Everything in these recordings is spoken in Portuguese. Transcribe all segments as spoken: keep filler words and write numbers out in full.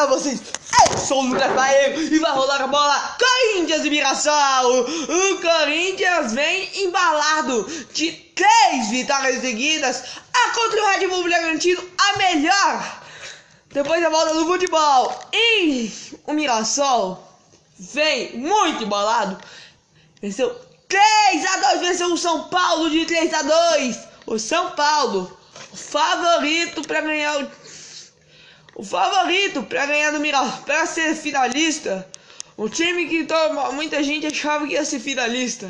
vocês, eu sou o Lucas Paeiro e vai rolar a bola Corinthians e Mirassol. O Corinthians vem embalado de três vitórias seguidas a contra o Red Bull Bragantino, a melhor depois da volta do futebol. E o Mirassol vem muito embalado, venceu três a dois, venceu o São Paulo de três a dois. O São Paulo, o favorito para ganhar o O favorito para ganhar do Mirassol, para ser finalista. Um time que toma, muita gente achava que ia ser finalista.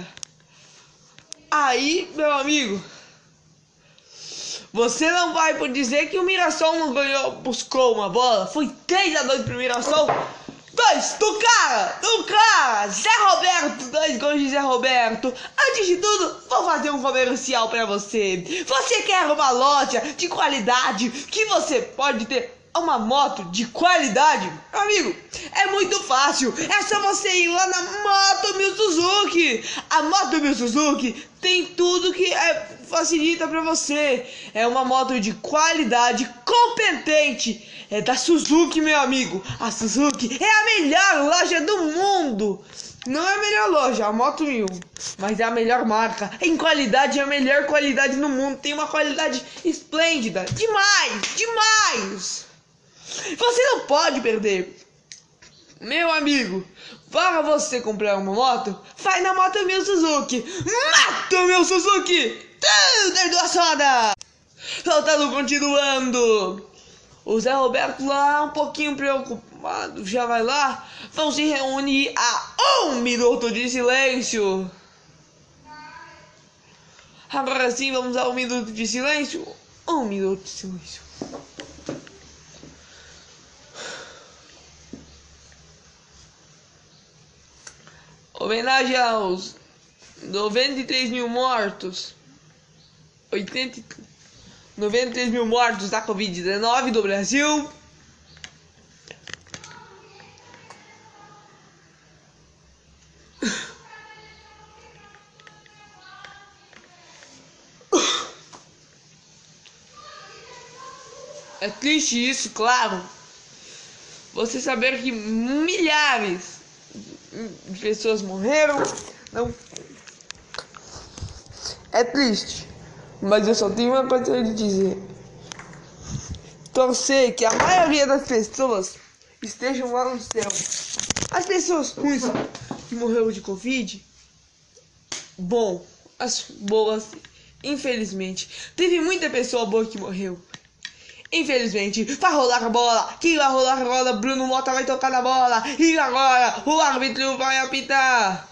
Aí, meu amigo, você não vai por dizer que o Mirassol não ganhou, buscou uma bola. Foi três a dois pro Mirassol. Dois do cara, do cara, Zé Roberto, dois gols de Zé Roberto. Antes de tudo, vou fazer um comercial para você. Você quer uma loja de qualidade que você pode ter uma moto de qualidade? Meu amigo, é muito fácil. É só você ir lá na Moto Mil Suzuki. A Moto Mil Suzuki tem tudo que é, facilita para você. É uma moto de qualidade, competente. É da Suzuki, meu amigo. A Suzuki é a melhor loja do mundo. Não é a melhor loja, a Moto Mil, mas é a melhor marca. Em qualidade, é a melhor qualidade no mundo. Tem uma qualidade esplêndida. Demais, demais. Você não pode perder. Meu amigo, para você comprar uma moto, vai na Moto Mil Suzuki. Moto Mil Suzuki, tudo da soda. Voltando, continuando. O Zé Roberto lá um pouquinho preocupado, já vai lá. Vão se reunir a um minuto de silêncio. Agora sim, vamos a um minuto de silêncio. Um minuto de silêncio. Homenagem aos noventa e três mil mortos, oitenta, noventa e três mil mortos da covid dezenove do Brasil. É triste isso, claro. Você saber que milhares de pessoas morreram, não é triste, mas eu só tenho uma coisa a lhe dizer: torcer que a maioria das pessoas estejam lá no céu. As pessoas ruins que morreram de Covid, bom, as boas, infelizmente, teve muita pessoa boa que morreu. Infelizmente, vai rolar a bola. Quem vai rolar a bola? Bruno Mota vai tocar na bola. E agora, o árbitro vai apitar.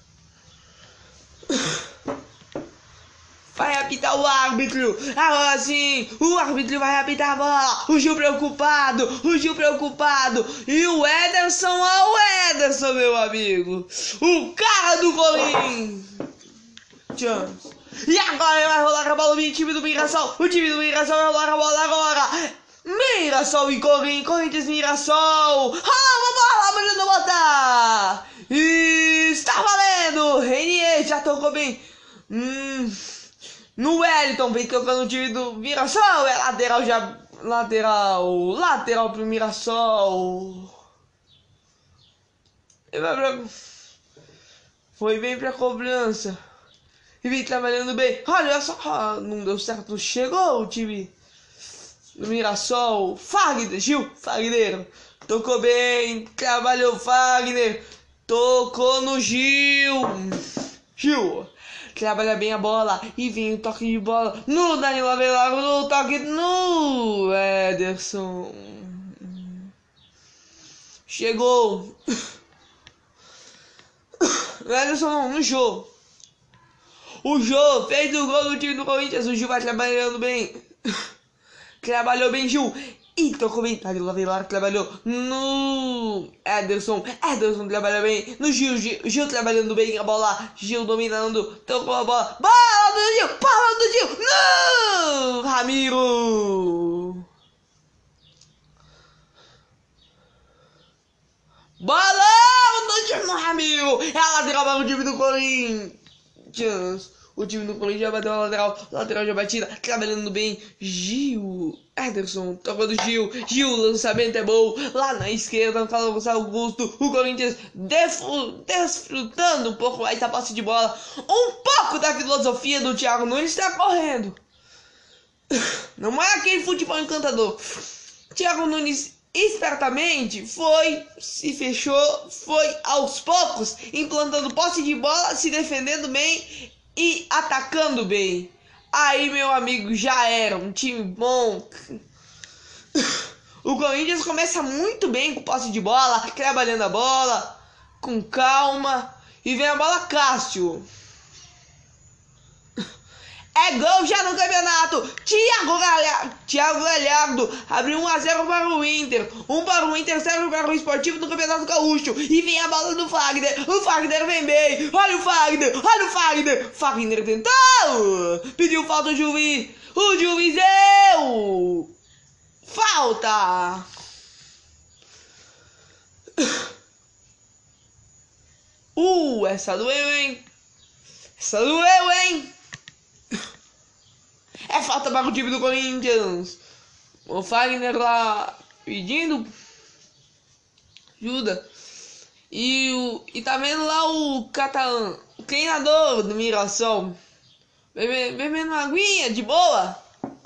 Vai apitar o árbitro. Agora sim, o árbitro vai apitar a bola. O Gil preocupado. O Gil preocupado. E o Ederson, ó, o Ederson, meu amigo. O cara do Corinthians. E agora vai rolar a bola do time do Mirassol. O time do Mirassol vai rolar a bola agora. Mirassol e Corinthians. Corinthians e Mirassol. Rola a bola, Bruno Mota. E está valendo. Renier já tocou bem. Hum, no Wellington, vem tocando o time do Mirassol. É lateral já. Lateral. Lateral pro Mirassol. Foi bem pra cobrança. E vem trabalhando bem. Olha só, ah, não deu certo. Chegou o time do Mirassol. Fagner, Gil, Fagner. Tocou bem, trabalhou Fagner. Tocou no Gil. Gil, trabalha bem a bola. E vem o toque de bola no Danilo Avelar. No toque no Ederson. Chegou. O Ederson não, no jogo. O Jô fez o gol do time do Corinthians. O Gil vai trabalhando bem. Trabalhou bem, Gil. E tocou bem. Danilo Avelar trabalhou no Ederson. Ederson trabalha bem no Gil. Gil. Gil trabalhando bem a bola. Gil dominando. Tocou a bola. Bola do Gil. Bola do Gil. No Ramiro. Bola do Gil no Ramiro. É a lateral para o time do Corinthians. O time do Corinthians já bateu a lateral. Lateral já batida. Trabalhando bem. Gil. Ederson, toca do Gil. Gil, o lançamento é bom. Lá na esquerda, no Carlos Augusto. O Corinthians desfrutando um pouco mais da posse de bola. Um pouco da filosofia do Thiago Nunes está correndo. Não é aquele futebol encantador. Thiago Nunes espertamente foi, se fechou, foi aos poucos, implantando posse de bola, se defendendo bem e atacando bem. Aí, meu amigo, já era um time bom. O Corinthians começa muito bem com posse de bola, trabalhando a bola, com calma. E vem a bola Cássio. É gol já no campeonato. Thiago Galhardo, Thiago Galhardo abriu um a zero para o Inter. um para o Inter, zero para o Sportivo no Campeonato Gaúcho. E vem a bola do Fagner. O Fagner vem bem. Olha o Fagner, olha o Fagner. Fagner tentou. Pediu falta o juiz. O juiz deu. Falta. Uh, essa doeu, hein? Essa doeu, hein? É falta para o time do Corinthians. O Fagner lá pedindo ajuda. E, o, e tá vendo lá o Catalã, o treinador do Mirassol, bebendo, bebendo uma aguinha de boa.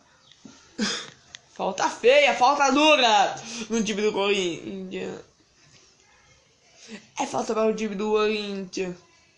Falta feia, falta dura no time do Corinthians. É falta para o time do Corinthians.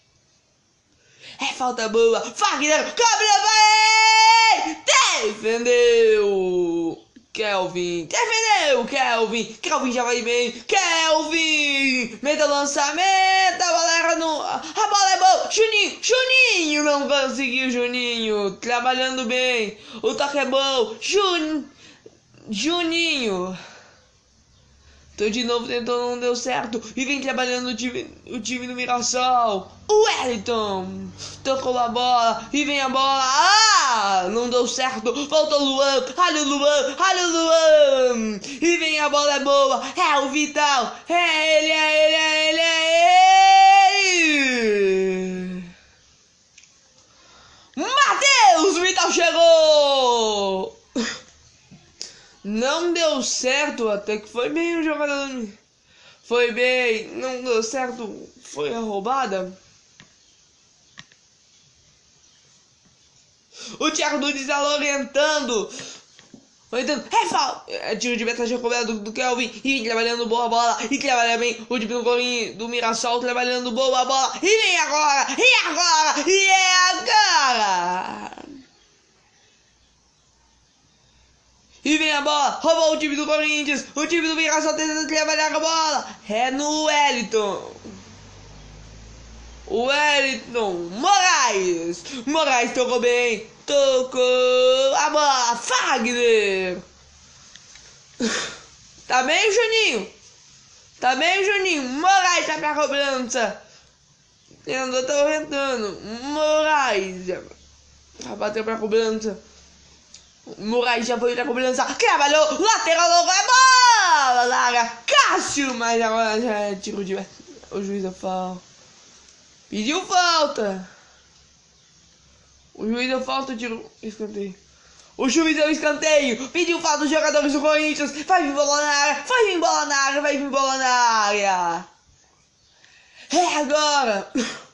É falta boa. Fagner, cobre a ele! Defendeu! Kelvin, defendeu! Kelvin, Kelvin já vai bem. Kelvin, meta o lançamento. A bola era no. A bola é boa. Juninho, Juninho não conseguiu. Juninho trabalhando bem. O toque é bom. Jun... Juninho. Tô de novo tentando, não deu certo. E vem trabalhando o time, o time do Mirassol. O Wellington tocou a bola. E vem a bola. Ah! Não deu certo. Voltou o Luan. Olha o Luan. Olha o Luan. E vem a bola, é boa. É o Vital. É ele, é ele, é ele, é ele. Matheus Vital chegou. Não deu certo, até que foi bem o jogador. Foi bem, não deu certo, foi a roubada. O Thiago Nunes orientando. Orientando, é falta. É tiro de meta já cobrado do, do Kelvin. E trabalhando boa bola. E trabalha bem o time do Corinthians, do Mirassol, trabalhando boa bola. E vem agora, e agora, e é agora. E vem a bola, roubou o time do Corinthians. O time do Mirassol tentando trabalhar a bola. É no Wellington. O Wellington Moraes. Moraes tocou bem. Tocou a bola. Fagner. Tá bem, Juninho? Tá bem, Juninho? Moraes tá pra cobrança. Treinador tá orientando. Moraes. Bateu pra cobrança. Moraes já foi na cobrança, trabalhou, lateral logo, é bola na área, Cássio, mas agora já é tiro de... O juiz da falta. Pediu falta. O juiz deu falta, tiro, escanteio. O juiz deu escanteio, pediu falta dos jogadores do Corinthians, vai vir bola na área, vai vir bola na área, vai vir bola na área. É agora.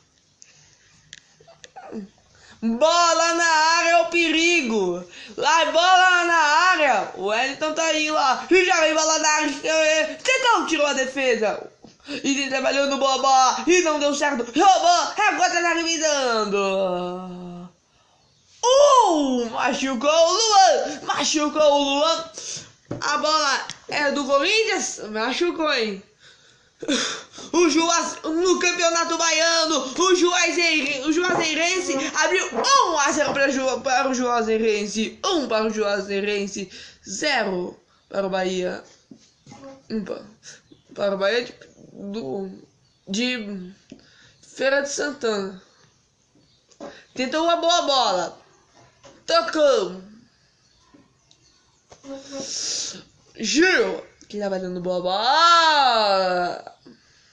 Bola na área é o perigo. Lá, bola na área. O Wellington tá aí lá. E já vem bola na área. Tentou, tirou a defesa. E ele trabalhou no boa bola. E não deu certo. Roubou. Agora tá revisando. Uh! Machucou o Luan. Machucou o Luan. A bola é do Corinthians. Machucou, hein? O Juaz, no Campeonato Baiano, o, Juazeire, o Juazeirense abriu um a zero para, Ju, para o Juazeirense, um para o Juazeirense, zero para o Bahia, um para, para o Bahia de, do, de Feira de Santana. Tentou uma boa bola, tocou, Gil, que tá batendo boa bola.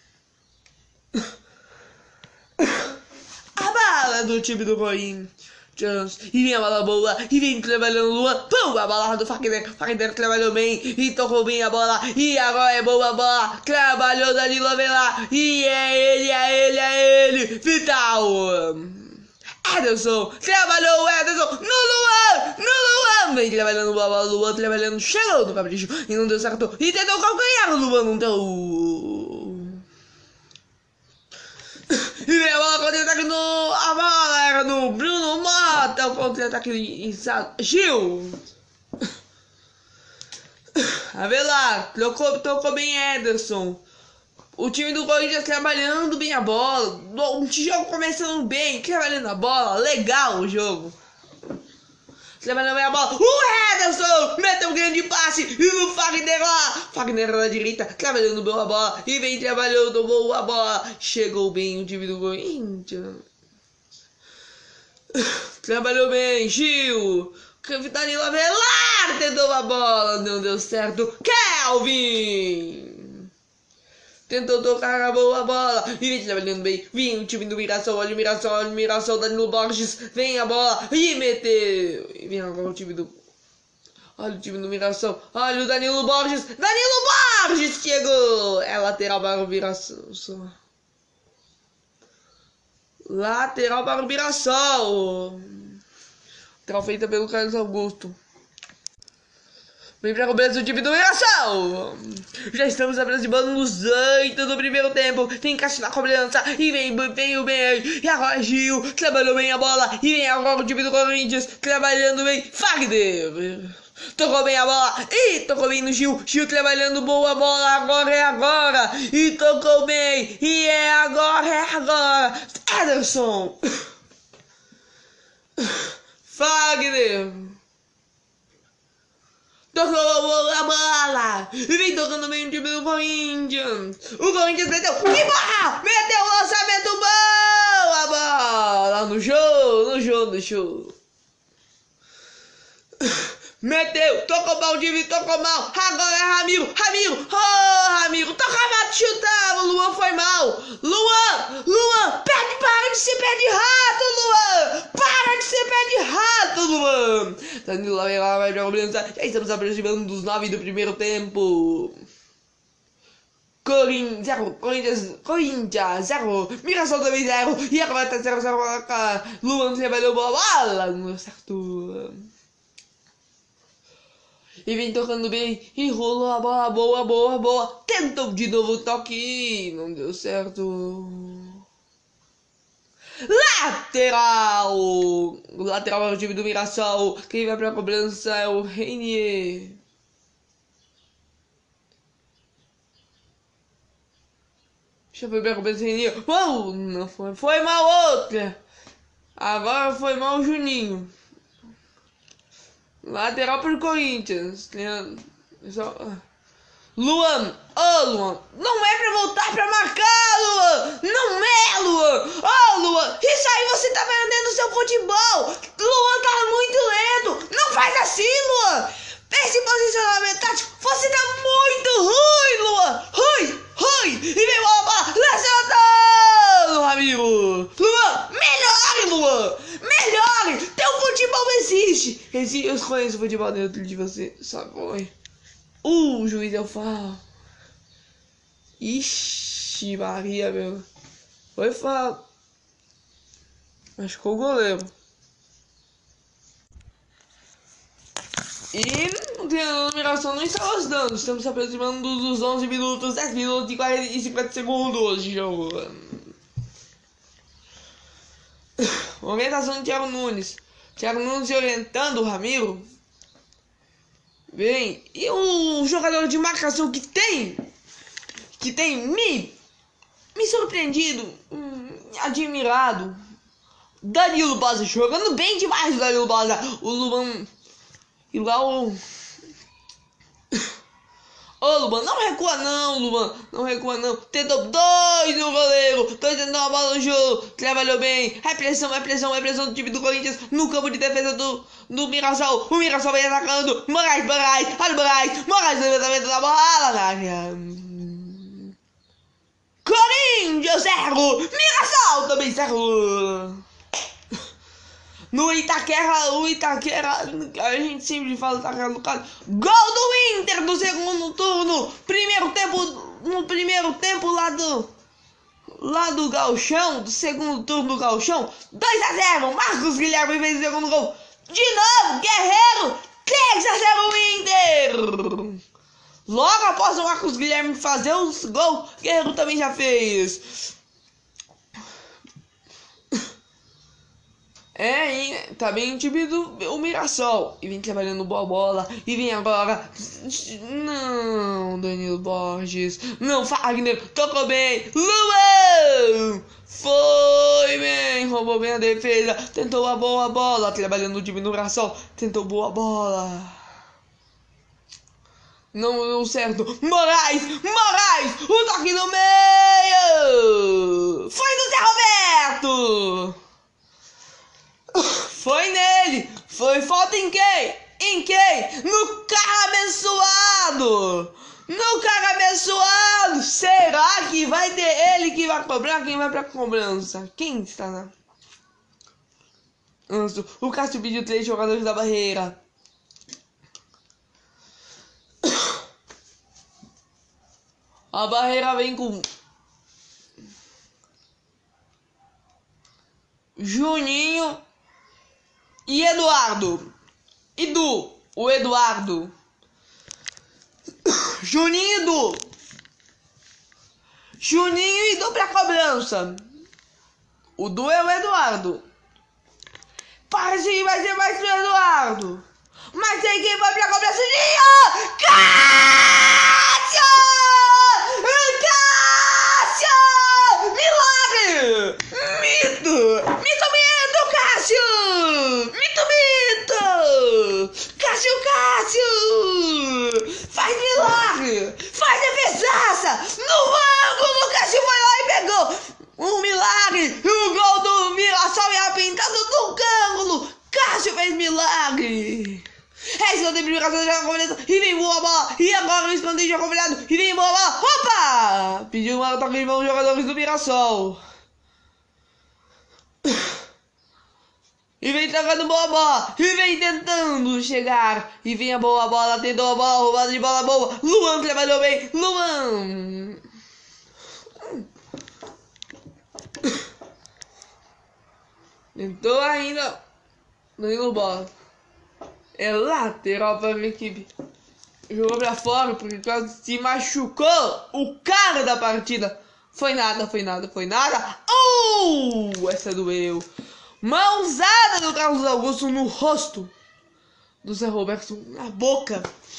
A bala do time do Corinthians. E vem a bola boa, e vem trabalhando o Luan. Pum, a bola do Fagner. Fagner trabalhou bem e tocou bem a bola. E agora é boa a bola. Trabalhou Danilo Avelar. E é ele, é ele, é ele. Vital. Ederson. Trabalhou o Ederson no Luan. No Luan. Vem trabalhando boa bola. Luan trabalhando. Chegou no capricho. E não deu certo. E tentou calcanhar. O Luan não deu. E vem a bola contra-ataque no... A bola era no Bruno Mota. O contra-ataque em Gil. Avelar. Trocou, tocou bem Ederson. O time do Corinthians trabalhando bem a bola. O jogo começando bem. Trabalhando a bola. Legal o jogo. Trabalhando bem a bola. O Ederson meteu um grande passe. E o Fagner lá. Fagner na direita. Trabalhando boa a bola. E vem trabalhando boa a bola. Chegou bem o time do Corinthians. Trabalhou bem. Gil. Danilo Avelar tentou a bola. Não deu certo. Kelvin. Tentou tocar a boa bola. E vem trabalhando bem. Vem o time do Mirassol. Olha o Mirassol. Olha o Mirassol. Danilo Borges. Vem a bola. E meteu. E vem agora o time do... Olha o time do Mirassol. Olha o Danilo Borges. Danilo Borges chegou. É lateral para o Mirassol. Lateral para o Mirassol. Lateral feita pelo Carlos Augusto. Vem pra cobrança do time do Mirassol. Já estamos aproximando nos oito do primeiro tempo. Tem Cássio na cobrança. E vem, vem o bem. E agora Gil. Trabalhou bem a bola. E vem agora o time do Corinthians. Trabalhando bem. Fagner. Tocou bem a bola. E tocou bem no Gil. Gil trabalhando boa bola. Agora é agora. E tocou bem. E é agora, é agora. Ederson. Fagner. Tocou a bola. E vem tocando bem o time do Corinthians. O Corinthians meteu. Que bola! Meteu o lançamento bom! A bola no show, no show, no show. Meteu. Tocou mal o time, tocou mal. Agora é Ramiro. Ramiro. Oh, Ramiro. Tocava mal, chutava. Luan foi mal. Luan. Luan. Perde, para de ser pé de rato, Luan. Para de ser pé de rato, Luan. Danilo Avelar vai pra cobrança. Já estamos aproximando dos nove do primeiro tempo. Corinthians, zero. Corinthians, Corinthians, zero. Mirassol também, zero. E agora tá zero, zero. Luan trabalhou boa bola. Não deu certo. E vem tocando bem. E rolou a bola. Boa, boa, boa. Tentou de novo o toque. Não deu certo. Lateral. Lateral para o time do Mirassol. Quem vai pra cobrança é o Reinier. Deixa eu ver pra cobrança do Reinier. Uou, não foi. Foi mal outra. Agora foi mal o Juninho. Lateral pro Corinthians. Luan. Ô, oh, Luan. Não é pra voltar pra marcar, Luan. Não é, Luan. Ô, oh, Luan. Isso aí você tá perdendo o seu futebol. Luan tá muito lento. Não faz assim, Luan. Esse posicionamento tático. Você tá muito ruim, Luan. Ruim, ruim. E vem bola, bola. Lançando, Ramiro. Luan, melhore, Luan. Melhore. Teu futebol existe. Existe. Eu conheço o futebol dentro de você. Só foi. Uh, o juiz é o foul. Ixi, Maria, meu. Foi foul. Machucou o goleiro. E não tem a numeração, não está ajudando. Estamos se aproximando dos onze minutos, dez minutos e quarenta e cinquenta segundos de jogo. Orientação do Thiago Nunes. Thiago Nunes orientando o Ramiro. Bem, e o jogador de marcação que tem, que tem me, me surpreendido, hum, admirado. Danilo Bosa jogando bem demais, o Danilo Bosa. O Luan, igual o... Ô, Luan, não recua não, Luan. Não recua não. Tentou dois no goleiro. Dois tentando a bola no jogo. Trabalhou bem. É pressão, é pressão, é pressão do time do Corinthians no campo de defesa do, do Mirassol. O Mirassol vem atacando. Moraes, Moraes. Olha o Moraes. Moraes no levantamento da bola na área. Corinthians, zero. Mirassol também, zero. no Itaquera, o Itaquera, a gente sempre fala Itaquera do caso. Gol do Inter do segundo turno, primeiro tempo, no primeiro tempo lá do, lá do Gauchão, do segundo turno do Gauchão, dois a zero, Marcos Guilherme fez o segundo gol, de novo, Guerreiro, três a zero Inter. Logo após o Marcos Guilherme fazer os gols, Guerreiro também já fez. É, hein? Tá bem o time do o Mirassol. E vem trabalhando boa bola. E vem agora. Não, Danilo Borges. Não, Fagner. Tocou bem. Luan! Foi bem. Roubou bem a defesa. Tentou a boa bola. Trabalhando o time do Mirassol. Tentou boa bola. Não deu certo. Moraes! Moraes! O toque no meio! Foi do Zé Roberto! Foi nele! Foi falta em quem? Em quem? No cara abençoado! No cara abençoado! Será que vai ter ele que vai cobrar? Quem vai pra cobrança? Quem está na... O Cássio pediu três jogadores da barreira. A barreira vem com Juninho e Eduardo. Edu, o Eduardo. Juninho e Edu. Juninho e Edu pra cobrança. O Du é o Eduardo. Parece que vai ser mais pro Eduardo. Mas tem quem vai pra cobrança. Juninho! Cássio! Cássio! Milagre! Mito! Mito, mito, Cássio! Mito, mito! Cássio, Cássio! Faz milagre! Faz defesaça! No ângulo, Cássio foi lá e pegou! Um milagre! O gol do Mirassol ia pintado no ângulo! Cássio fez milagre! É escanteio pro Mirassol, já combinado, e vem boa bola, e agora o escanteio já combinado, e vem boa bola, opa! Pediu uma toque de mão os jogadores do Mirassol. E vem tocando boa bola, e vem tentando chegar, e vem a boa bola, tentou a bola, roubada de bola boa, Luan trabalhou bem, Luan! Tentou ainda, Danilo bola. É lateral para a equipe. Jogou pra fora porque quase se machucou o cara da partida. Foi nada, foi nada, foi nada. Uh! Essa doeu. Mãozada do Carlos Augusto no rosto do Zé Roberto, na boca.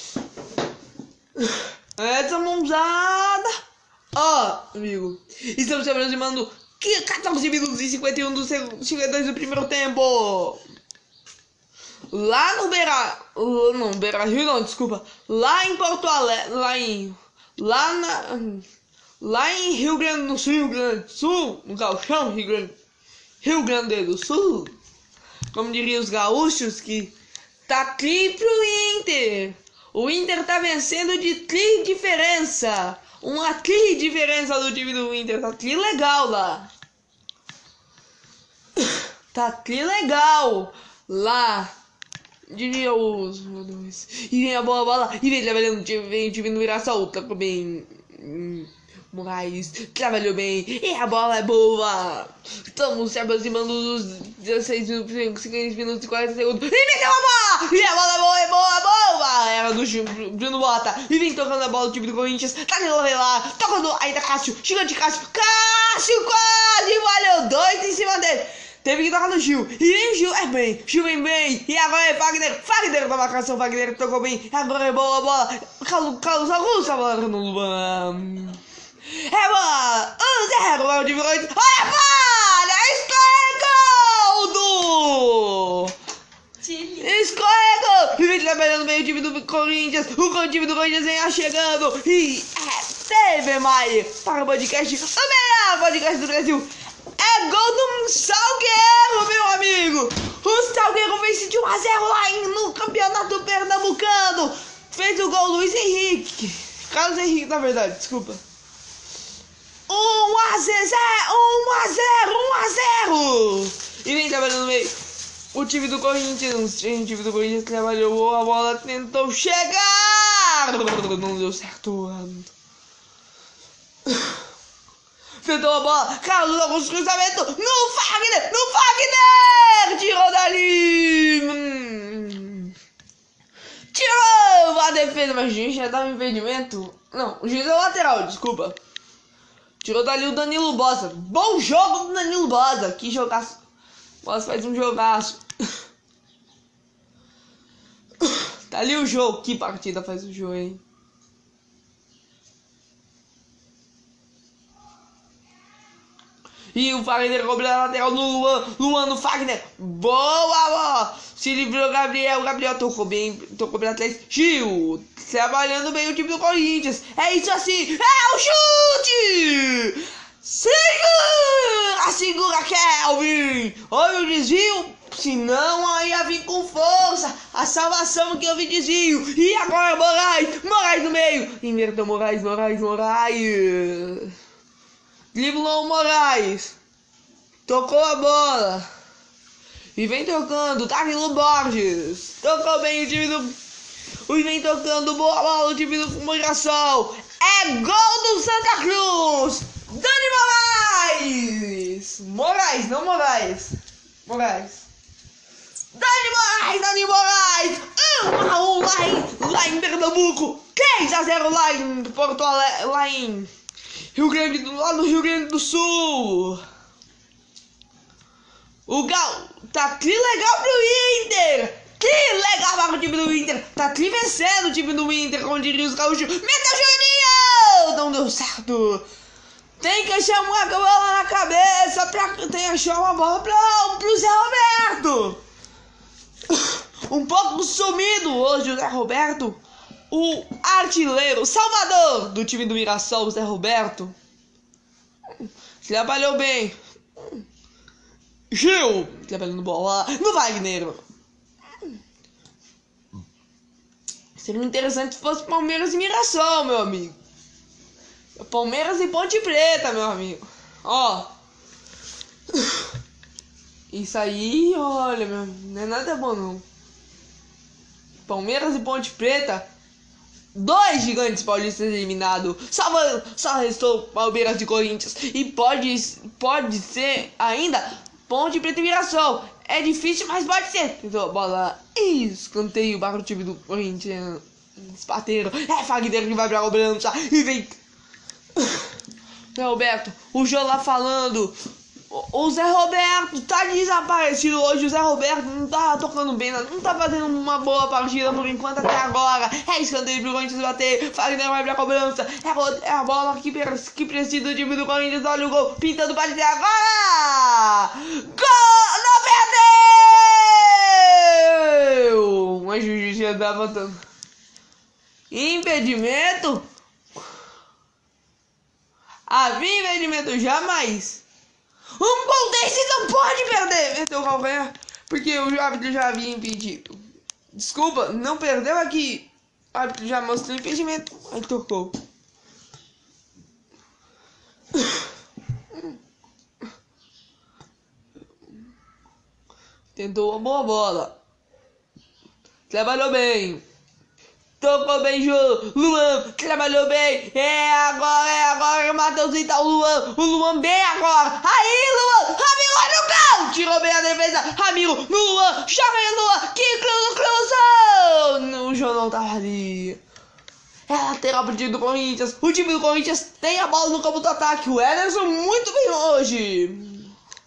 Essa mãozada. Ó, oh, amigo. Estamos se aproximando quatorze minutos e cinquenta e um do segundo, cinquenta e dois do primeiro tempo. Lá no Beira... Não, Beira Rio não, desculpa. Lá em Porto Alegre... Lá em... Lá na... Lá em Rio Grande do Sul, Rio Grande do Sul, no Gauchão, Rio Grande... Rio Grande do Sul. Como diriam os gaúchos, que... Tá tri pro Inter. O Inter tá vencendo de tri diferença. Uma tri diferença do time do Inter. Tá tri legal lá. Tá tri legal lá. Diria os jogadores. E vem a boa bola. E vem trabalhando. Vem o time do Mirassol. Tocou bem. Moraes trabalhou bem. E a bola é boa. Estamos se aproximando dos dezesseis minutos, cinquenta minutos e quarenta segundos. E meteu a bola. E a bola é boa, é boa, é boa. Era do Bruno Bota. E vem tocando a bola do time do Corinthians. Tá tentando relar. Tocando ainda Cássio. Gigante Cássio. Cássio quase valeu. Dois em cima dele. Teve que tocar no Gil. E vem o Gil. É bem. Gil vem bem. E agora é Fagner. Fagner da marcação. Fagner tocou bem. Agora é boa a bola. Carlos, Carlos Augusto. A bola no Luan. É boa. um zero. Olha a falha. Escorregou. Escorregou. E vem trabalhando bem o time do Corinthians. O time do Corinthians vem chegando. E é Teve Maier para o podcast. O melhor podcast do Brasil. É gol do Salgueiro, meu amigo. O Salgueiro vence de um a zero lá no campeonato pernambucano. Fez o gol Luiz Henrique. Carlos Henrique, na verdade, desculpa. um a zero, um a zero, um a zero. E vem trabalhando no meio. O time do Corinthians, o time do Corinthians trabalhou, a bola tentou chegar, não deu certo. Tentou a bola, Carlos Augusto, cruzamento, no Fagner, no Fagner, tirou dali. Hum. Tirou a defesa, mas o juiz já dava impedimento. Não, o juiz é lateral, desculpa. Tirou dali o Danilo Bosa. Bom jogo do Danilo Bosa. Que jogaço. Bosa faz um jogaço. Tá ali o jogo. Que partida faz o jogo, hein? E o Fagner cobre a lateral no Luan. Luan no Fagner. Boa bola. Se livrou o Gabriel. O Gabriel tocou bem. Tocou bem atrás. Gil. Trabalhando bem o time do Corinthians. É isso assim. É o chute. Segura. Segura, Kelvin. Olha o desvio. Se não, aí ia vir com força. A salvação que houve desvio. E agora Moraes. Moraes no meio. Inverteu Moraes. Moraes. Moraes. Driblou o Moraes. Tocou a bola. E vem tocando. Danilo Borges. Tocou bem o time do... E vem tocando. Boa bola o time do Mirassol. É gol do Santa Cruz. Dani Moraes. Moraes, não Moraes. Moraes. Dani Moraes, Dani Moraes. um a um lá em, lá em Pernambuco. três a zero lá em Porto Alegre. Lá em... Rio Grande do lá no Rio Grande do Sul. O Gal tá tri legal pro Inter. Que legal para o time do Inter. Tá tri vencendo o time do Inter, como diria os gaúchos. Meteu Juninho! Não deu certo. Tem que achar uma bola na cabeça pra tem que achar uma bola pra, pro Zé Roberto. Um pouco sumido hoje o Zé Roberto. O artilheiro, o salvador do time do Mirassol, o Zé Roberto. Trabalhou bem. Gil, trabalhando bola no Wagner. Seria interessante se fosse Palmeiras e Mirassol, meu amigo. Palmeiras e Ponte Preta, meu amigo. Ó. Isso aí, olha, meu, não é nada bom, não. Palmeiras e Ponte Preta. Dois gigantes paulistas eliminados. Só, só restou Palmeiras e Corinthians. E pode, pode ser ainda Ponte Preta e Mirassol. É difícil, mas pode ser. Então, bola. Escanteio para o time do Corinthians. Espateiro. É Fagner que vai pra cobrança. E vem. Zé Roberto. O Jô lá falando. O Zé Roberto tá desaparecido hoje. O Zé Roberto não tá tocando bem, não tá fazendo uma boa partida por enquanto até agora. É escanteio pro Corinthians bater. Fagner vai pra cobrança. É a bola que, que precisa do time do Corinthians. Olha o gol. Pintando para bater agora. Gol! Não perdeu! Mas o juiz já tá botando. Impedimento? Havia impedimento jamais. Um gol desse não pode perder. Meteu o calcanhar porque o árbitro já havia impedido. Desculpa, não perdeu aqui. O árbitro já mostrou impedimento. Aí tocou. Tentou uma boa bola. Trabalhou bem. Tocou bem, Jô. Luan trabalhou bem. É agora, é agora. Matheusinho tá o Luan. O Luan bem agora. Aí, Luan. Ramiro, olha o gol. Tirou bem a defesa. Ramiro no Luan. Joga aí, Luan. Que cruzou. O Jô não tava ali. É lateral pro time do Corinthians. O time do Corinthians tem a bola no campo do ataque. O Ederson muito bem hoje.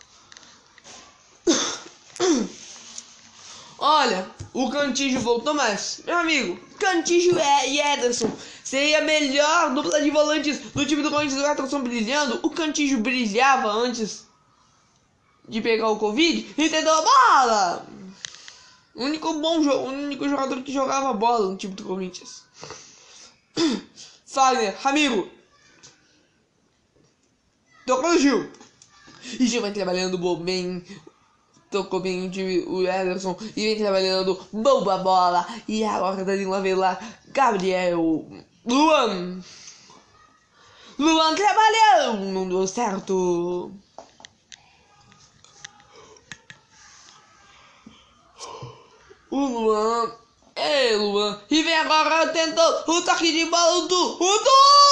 Olha, o Cantígio voltou mais. Meu amigo, Cantígio e Ederson seria a melhor dupla de volantes do time do Corinthians. O Ederson brilhando. O Cantígio brilhava antes de pegar o Covid e tentou a bola. O único bom jogo, o único jogador que jogava bola no time do Corinthians. Fagner, Ramiro. Tocou o Gil. E Gil vai trabalhando bem. Tocou bem o time, o Ederson. E vem trabalhando boa bola. E agora Danilo Avelar. Gabriel. Luan. Luan trabalhou. Não deu certo. O Luan. Ei, Luan. E vem agora tentou o toque de bola do. O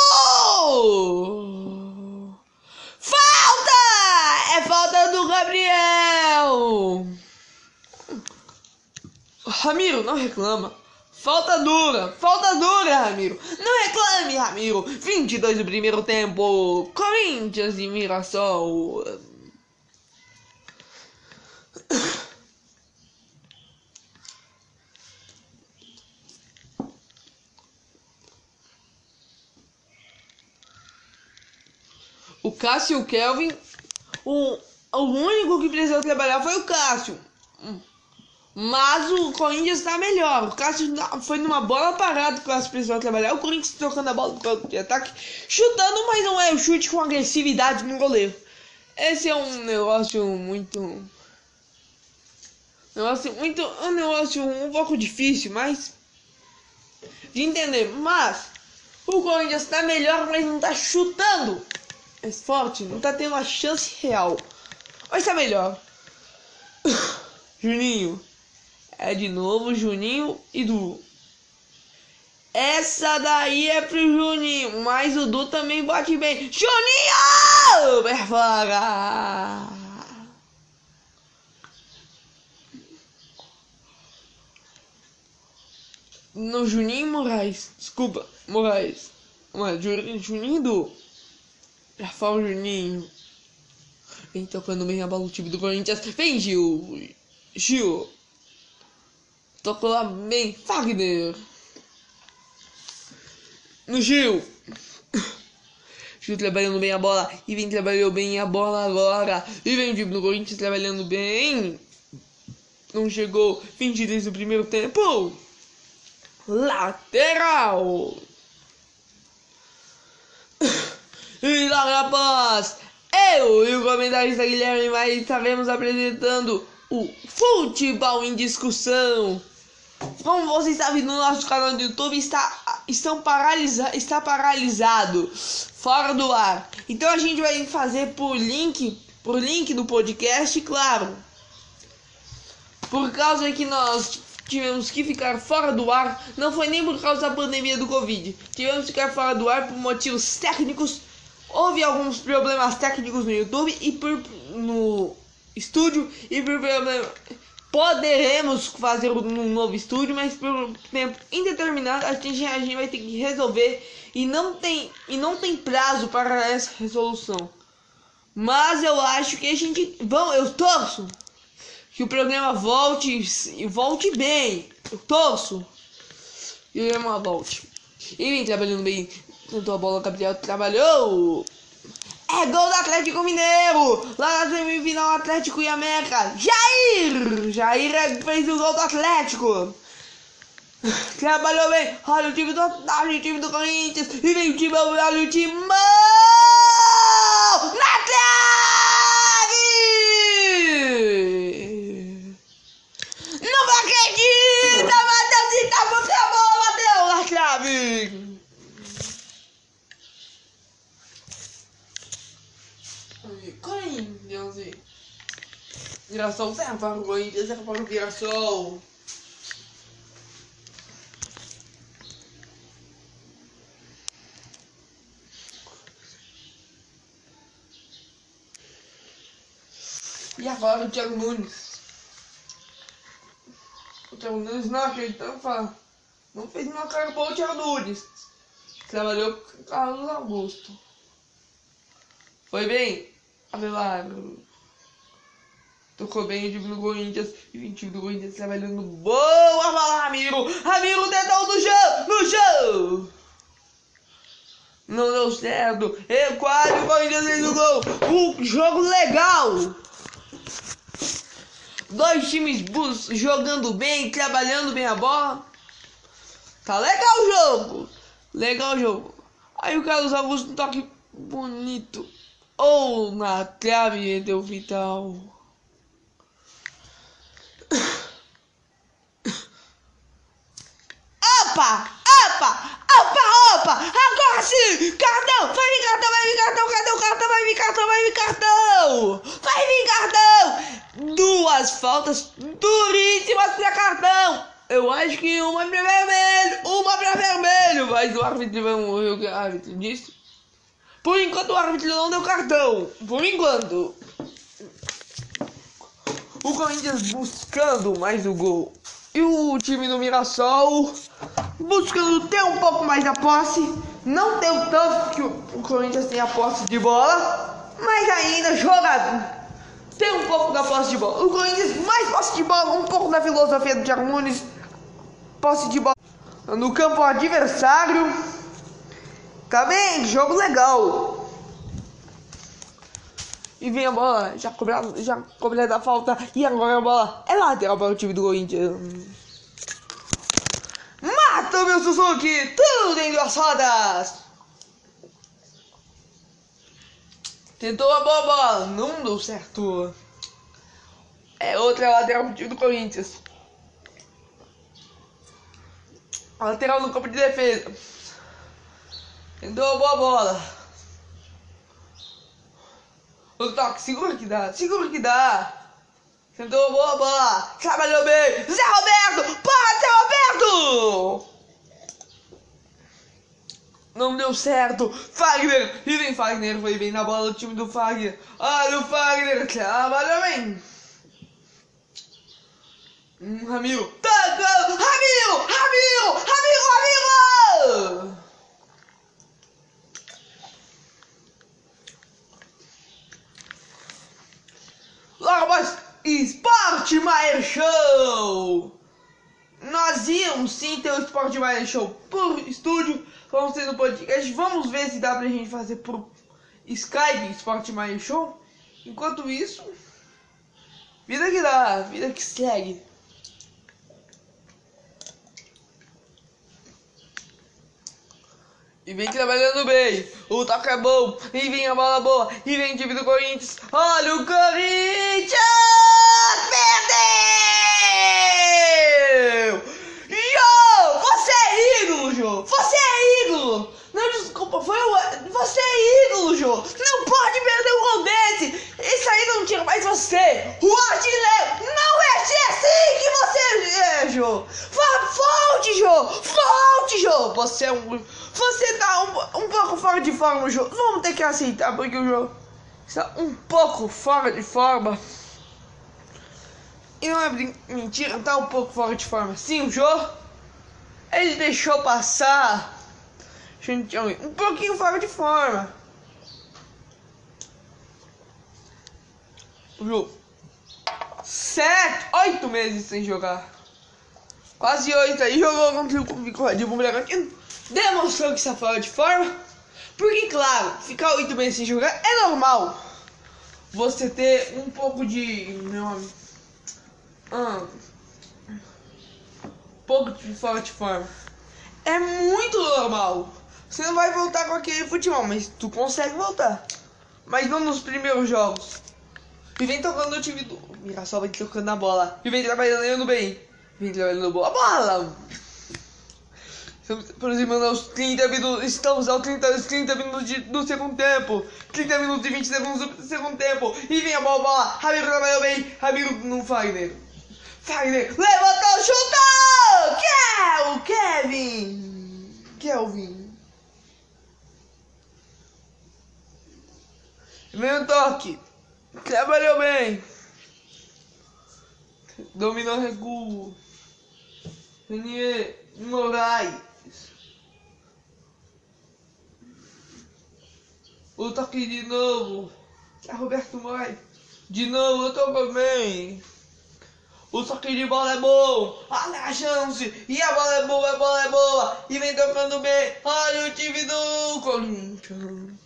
do! Falta! É falta do Gabriel. Ramiro, não reclama. Falta dura, falta dura, Ramiro. Não reclame, Ramiro. vinte e dois do primeiro tempo. Corinthians e Mirassol. O Cássio e o Kelvin. O, o único que precisou trabalhar foi o Cássio. Mas o Corinthians está melhor. O Cássio foi numa bola parada que o Cássio precisou trabalhar. O Corinthians trocando a bola do campo de ataque, chutando, mas não é o chute com agressividade no goleiro. Esse é um negócio muito... Um negócio muito... Um negócio um pouco difícil, mas... de entender. Mas o Corinthians está melhor, mas não está chutando. É forte, não está tendo uma chance real. Mas está melhor. Juninho. É de novo Juninho e Du. Essa daí é pro Juninho, mas o Du também bate bem. Juninho! Perfora! No Juninho Moraes. Desculpa, Moraes. Mano, Juninho e Du. Perfora o Juninho. Vem tocando bem a bola o time do Corinthians. Vem, Gil. Gil. Tocou lá bem, Fagner. No Gil. Gil trabalhando bem a bola. E vem trabalhando bem a bola agora. E vem o time do Corinthians trabalhando bem. Não chegou. vinte e dois do primeiro tempo. Lateral. E logo após, eu e o comentarista Guilherme Maia estaremos apresentando o Futebol em Discussão. Como você está vendo no nosso canal do YouTube, está, estão paralisa, está paralisado, fora do ar. Então a gente vai fazer por link, por link do podcast, claro. Por causa que nós tivemos que ficar fora do ar, não foi nem por causa da pandemia do Covid. Tivemos que ficar fora do ar por motivos técnicos. Houve alguns problemas técnicos no YouTube e por, no estúdio e por problema... Poderemos fazer um novo estúdio, mas por um tempo indeterminado a gente, a gente vai ter que resolver e não tem, e não tem prazo para essa resolução. Mas eu acho que a gente... Bom, eu torço que o programa volte e volte bem. Eu torço que o programa volte. E vem trabalhando bem. Tentou a bola, o Gabriel trabalhou. É gol do Atlético Mineiro! Lá na semifinal, Atlético e América. Jair! Jair fez o gol do Atlético. Trabalhou bem. Olha o time do, olha o time do Corinthians. E vem o time, olha o time. Na trave! Não acredita! Matheus e tá com a bola, bateu na trave! Corinthians e Mirassol, zero para o Corinthians, zero para o Mirassol. E agora o Thiago Nunes. O Thiago Nunes não acreditando, fala. Não fez uma cara boa o Thiago Nunes. Trabalhou com Carlos Augusto. Foi bem. Abelardo. Tocou bem o time do Corinthians. E o time do Corinthians trabalhando. Boa bola, Ramiro. Ramiro tentou no chão. No chão. Não deu certo. E quase o Corinthians fez o gol. Um jogo legal. Dois times jogando bem, trabalhando bem a bola. Tá legal o jogo. Legal o jogo. Aí o Carlos Augusto, um toque bonito. Ou na trave deu Vital. Opa! Opa! Opa! Opa! Agora sim! Cartão! Vai vir cartão! Vai vir cartão! Cadê o cartão? Vai vir cartão! Vai vir cartão! Vai vir cartão! Do duas faltas duríssimas para cartão. Eu acho que uma para vermelho, uma para vermelho. Mas o árbitro, vamos ver o que o árbitro disse. Por enquanto o árbitro não deu cartão. Por enquanto. O Corinthians buscando mais o gol. E o time do Mirassol buscando ter um pouco mais da posse. Não tem o tanto que o Corinthians tem a posse de bola, mas ainda joga. Tem um pouco da posse de bola. O Corinthians mais posse de bola, um pouco da filosofia do Thiago Nunes. Posse de bola no campo adversário. Tá bem, jogo legal. E vem a bola, já cobrada, já cobrada a falta. E agora a bola é lateral para o time do Corinthians. Mata, meu Suzuki! Tudo dentro das rodas! Tentou a boa bola, não deu certo. É outra lateral para o time do Corinthians. A lateral no campo de defesa. Tentou a boa bola. O toque, segura que dá, segura que dá. Tentou boa bola, trabalhou bem. Zé Roberto, para Zé Roberto! Não deu certo. Fagner, e vem Fagner, foi bem na bola do time do Fagner. Olha o Fagner, trabalhou bem. Hum, Ramiro, tá, tá, Ramiro, Ramiro, Ramiro, Ramiro! Logo mais, Sport Maier Show! Nós íamos sim ter o Sport Maier Show por estúdio, vamos ter no podcast, vamos ver se dá pra gente fazer por Skype Sport Maier Show. Enquanto isso, vida que dá, vida que segue. E vem trabalhando bem, o toque é bom, e vem a bola boa, e vem o time do Corinthians. Olha o Corinthians! Perdeu! Jô! Você é ídolo, Jô! Você é ídolo! Não, desculpa, foi o... Você é ídolo, Jô! Não pode perder um gol desse! Isso aí não tira mais você! O artilheiro! Não é assim que você é, Jô! Volte, Jô! Volte, Jô! Você é um... Você tá um, um pouco fora de forma, Jô. Vamos ter que aceitar, porque o Jô está um pouco fora de forma. E não é mentira, tá um pouco fora de forma. Sim, o Jô, ele deixou passar. Gente, um pouquinho fora de forma. O Jô, sete, oito meses sem jogar. Quase oito aí, jogou contra o Red Bull Bragantino. Demonstrou que está fora de forma. Porque, claro, ficar oito meses sem jogar é normal. Você ter um pouco de... Meu amigo, ah, um pouco de fora de forma. É muito normal. Você não vai voltar com aquele futebol, mas tu consegue voltar. Mas não nos primeiros jogos. E vem tocando o time do... Mirassol vem tocando na bola. E vem trabalhando bem. Vem trabalhando boa bola. Estamos aproximando aos trinta minutos. Estamos aos trinta, aos trinta minutos de, do segundo tempo. trinta minutos e vinte segundos do segundo tempo. E vem a bola, bola. Ramiro trabalhou bem. Ramiro no Fagner. Fagner levantou, chutou! Que é o Kevin? Kelvin. Vem o toque. Trabalhou bem. Dominou o recuo. Renier Moraes. O toque de novo. É Roberto Moraes. De novo, eu tô bem. O toque de bola é bom. Olha a chance. E a bola é boa, a bola é boa. E vem tocando bem. Olha o time do Corinthians.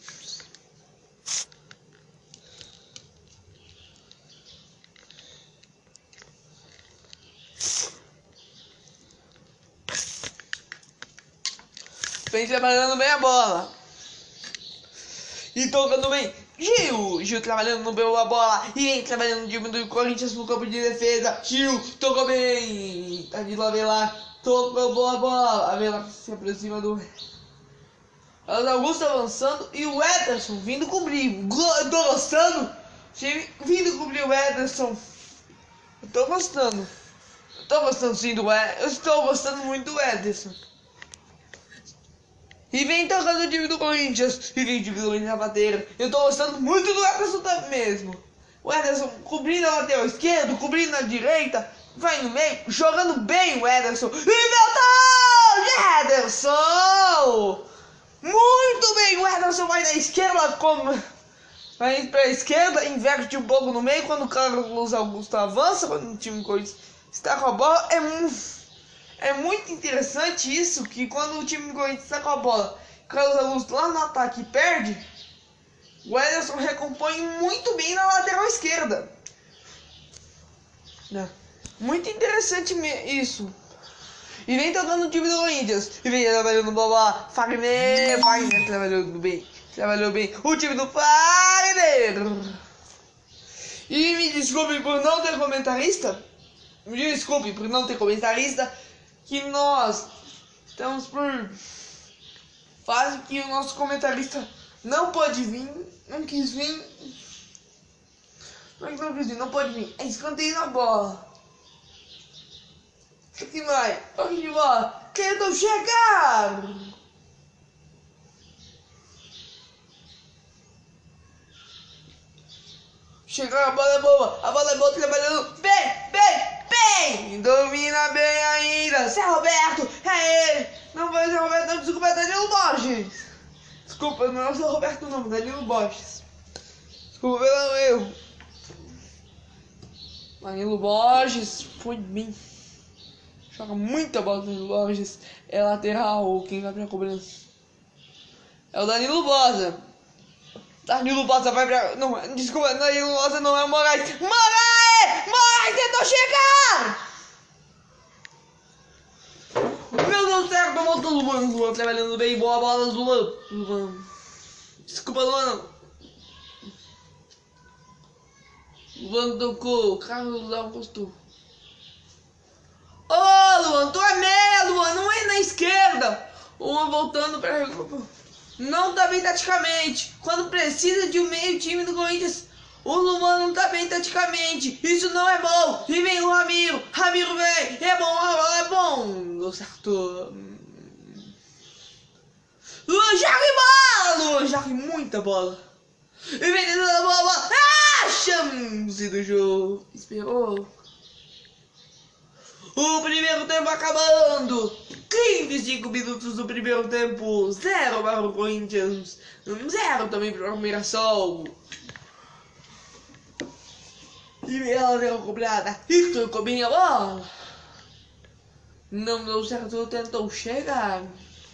Vem trabalhando bem a bola. E tocando bem. Gil. Gil trabalhando bem a bola. E vem trabalhando o time do Corinthians no campo de defesa. Gil tocou bem. Tá de Avelar. Tocou boa bola. Avelar se aproxima do... Carlos Augusto avançando. E o Ederson vindo cobrir. Tô gostando. Vindo cobrir o Ederson. Eu tô gostando. Eu tô gostando sim do Ederson. Eu estou gostando muito do Ederson. E vem tocando o time do Corinthians. E vem o time do Corinthians na bateira. Eu tô gostando muito do Ederson também mesmo. O Ederson cobrindo a lateral esquerda, cobrindo a direita. Vai no meio, jogando bem o Ederson. E meu de Ederson! Muito bem, o Ederson vai na esquerda, como... vai pra esquerda, inverte um pouco no meio. Quando o Carlos Augusto avança, quando o time do Corinthians está com a bola, é muito... É muito interessante isso, que quando o time do Corinthians está com a bola, Carlos Augusto lá no ataque perde, o Ederson recompõe muito bem na lateral esquerda. Muito interessante isso. E vem tocando o time do Corinthians. E vem trabalhando bola. Fagner, Fagner trabalhou bem. Trabalhou bem. O time do Fagner. E me desculpe por não ter comentarista. Me desculpe por não ter comentarista. Que nós estamos por fase que o nosso comentarista não pode vir, não quis vir, não, não quis vir, não pode vir, é escanteio na bola. Aqui vai, toque de bola, tentam chegar. Chegar, a bola é boa, a bola é boa, trabalhando bem, bem, bem, domina bem ainda, Zé Roberto, é ele, não foi o Zé Roberto, não, desculpa, é Danilo Borges, desculpa, não é o Zé Roberto não, Danilo Borges, desculpa pelo erro, Danilo Borges, foi bem, joga muita bola, Danilo Borges, é lateral, quem vai pra cobrança, é o Danilo Bosa. Danilo Bosa vai pra... Não, desculpa, Danilo Bosa não é o Moraes. Moraes! Moraes tentou chegar! Meu Deus do céu, volta o Luan. Luan trabalhando bem, boa bola do Luan. Luan. Desculpa, Luan. Luan tocou, Carlos Augusto. Ô, oh, Luan, tu é meia, Luan, não é na esquerda. Luan voltando pra... Não tá bem taticamente. Quando precisa de um meio time do Corinthians, o Luan não tá bem taticamente. Isso não é bom. E vem o Ramiro. Ramiro vem. É bom, é bom. Deu certo. Luan joga bola. Luan joga muita bola. E vem dentro da bola. Ah, chance do jogo. Esperou. O primeiro tempo acabando. trinta e cinco minutos do primeiro tempo. Zero para o Corinthians. Zero também para o Mirassol. E ela deu cobrada. E tocou bem a bola. Não deu certo. Tentou chegar.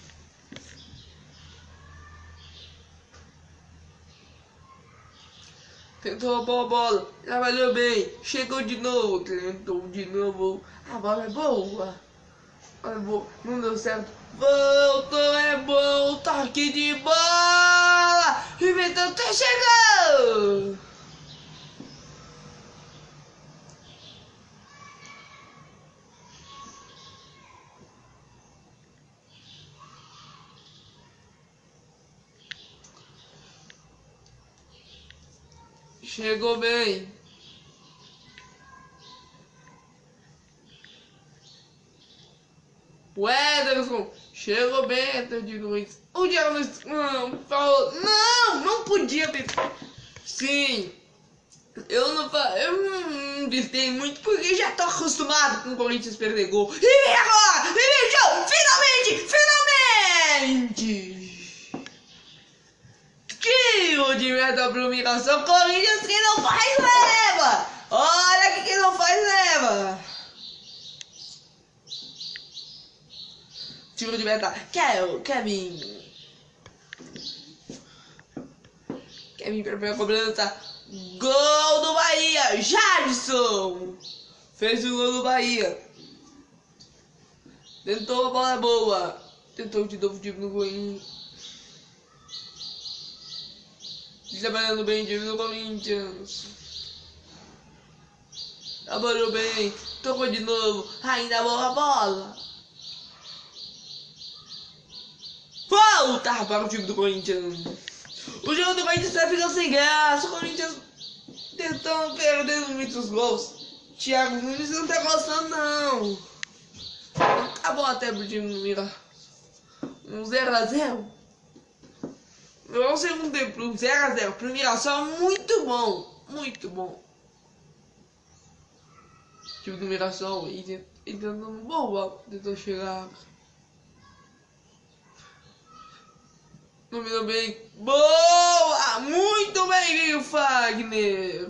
Tentou a boa bola, trabalhou bem, chegou de novo, tentou de novo, a bola é boa, a bola é boa, não deu certo, voltou, é bom, toque de bola, inventou, tá chegando! Chegou bem. O Ederson chegou bem até de Luiz. O Diego não falou. Não, não podia ter. Sim. Eu não falei. Eu não gritei muito porque já tô acostumado com o Corinthians perder gol. E vem agora! E vem show! Finalmente! Finalmente! Tiro de meta pro Mirassol, Corinthians que não faz leva! Olha que quem não faz leva! Tiro de meta, Kevin! Kevin para a cobrança, gol do Bahia, Jadson! Fez o gol do Bahia. Tentou a bola boa, tentou de novo o time no Corinthians. Trabalhando bem, time do Corinthians. Trabalhou bem, tocou de novo, ainda boa a bola. Volta para o time do Corinthians. O jogo do Corinthians vai ficando sem graça. O Corinthians tentando perder muitos gols. Thiago Nunes não tá gostando, não. Não tá bom até pro time do Mira. Um zero a zero. Não um segundo tempo, um zero a zero. Pro Mirassol, muito bom. Muito bom. O time do Mirassol tentando um bom bola. Tentou chegar. Dominou bem. Boa! Muito bem, o Fagner.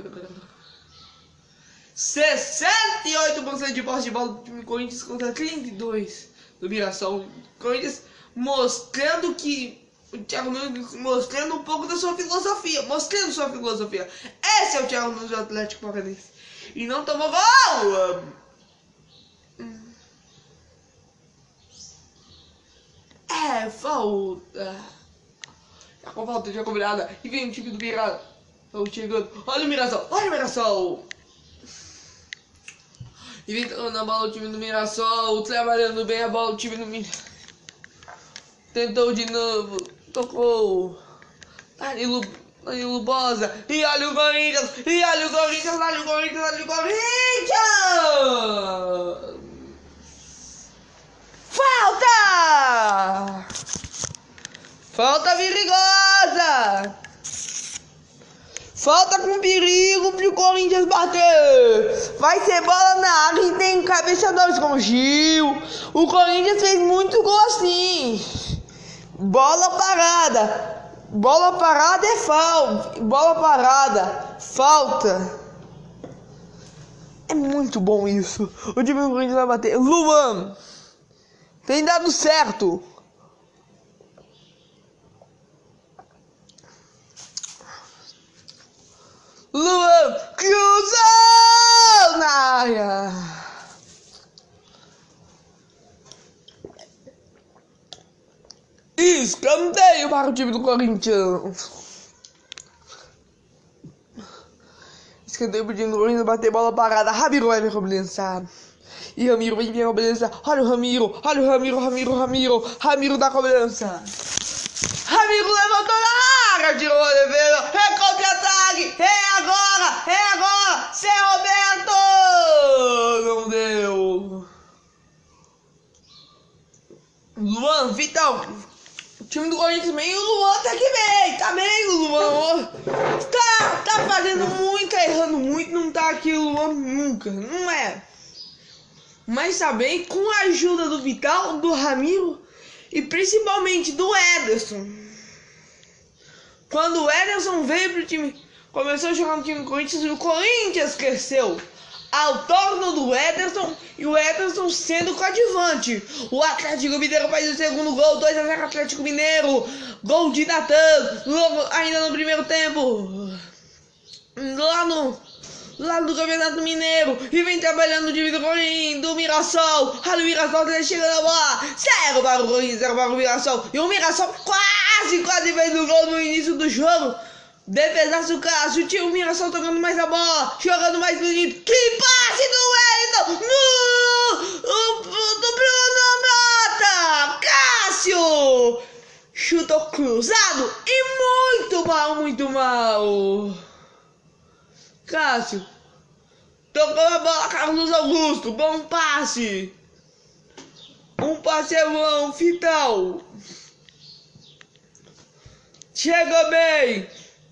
sessenta e oito por cento de posse de bola do time do Corinthians contra trinta e dois do Mirassol. Corinthians mostrando que o Thiago Nunes mostrando um pouco da sua filosofia, mostrando sua filosofia. Esse é o Thiago Nunes do Atlético Paranaense. E não tomou gol. É, falta. Já com falta, já com virada. E vem o time do Mirassol. Estão chegando. Olha o Mirassol, olha o Mirassol. E vem tocando a bola o time do Mirassol, trabalhando bem a bola o time do Mirassol. Tentou de novo, tocou. Danilo, Danilo Bosa. E olha o Corinthians, e olha o Corinthians, olha o Corinthians, olha o Corinthians. Falta! Falta perigosa! Falta com perigo pro Corinthians bater. Vai ser bola na área e tem cabeçadores com o Gil. O Corinthians fez muito gol assim. Bola parada. Bola parada é falta. Bola parada. Falta. É muito bom isso. O time do Corinthians vai bater. Luan. Tem dado certo. Luan cruzou na área. Escanteio para o time do Corinthians. Escanteio para o time do Corinthians bater bola parada. Ramiro vai ver cobrança. E Ramiro vem ver cobrança. Olha o Ramiro, olha o Ramiro, Ramiro, Ramiro. Ramiro da cobrança. Ramiro levantou na área, tirou o Oliveira. É contra-ataque. É agora, é agora. Zé Roberto. Não deu. Luan, Vitão. O time do Corinthians bem, o Luan tá aqui bem. Tá bem, o Luan. Tá, tá fazendo muito, tá errando muito. Não tá aqui o Luan nunca. Não é. Mas tá bem com a ajuda do Vital, do Ramiro. E principalmente do Ederson. Quando o Ederson veio pro time, começou a jogar no time do Corinthians e o Corinthians cresceu ao torno do Ederson e o Ederson sendo coadjuvante. O Atlético Mineiro faz o segundo gol, dois a zero Atlético Mineiro. Gol de Natan, logo ainda no primeiro tempo. Lá no... Lá do Campeonato Mineiro. E vem trabalhando o time do Corinthians, do Mirassol. Olha o Mirassol tá chegando a bola. Zero para o Corinthians, zero para o Mirassol. E o Mirassol quase, quase fez o gol no início do jogo. Defesaço Cássio. O time do Mirassol tocando mais a bola, jogando mais bonito. Que passe do Wellington. No, do Bruno Mota. Cássio. Chutou cruzado. E muito mal, muito mal. Cássio tocou a bola, Carlos Augusto, bom passe. Um passe é bom, Vital. Chegou bem.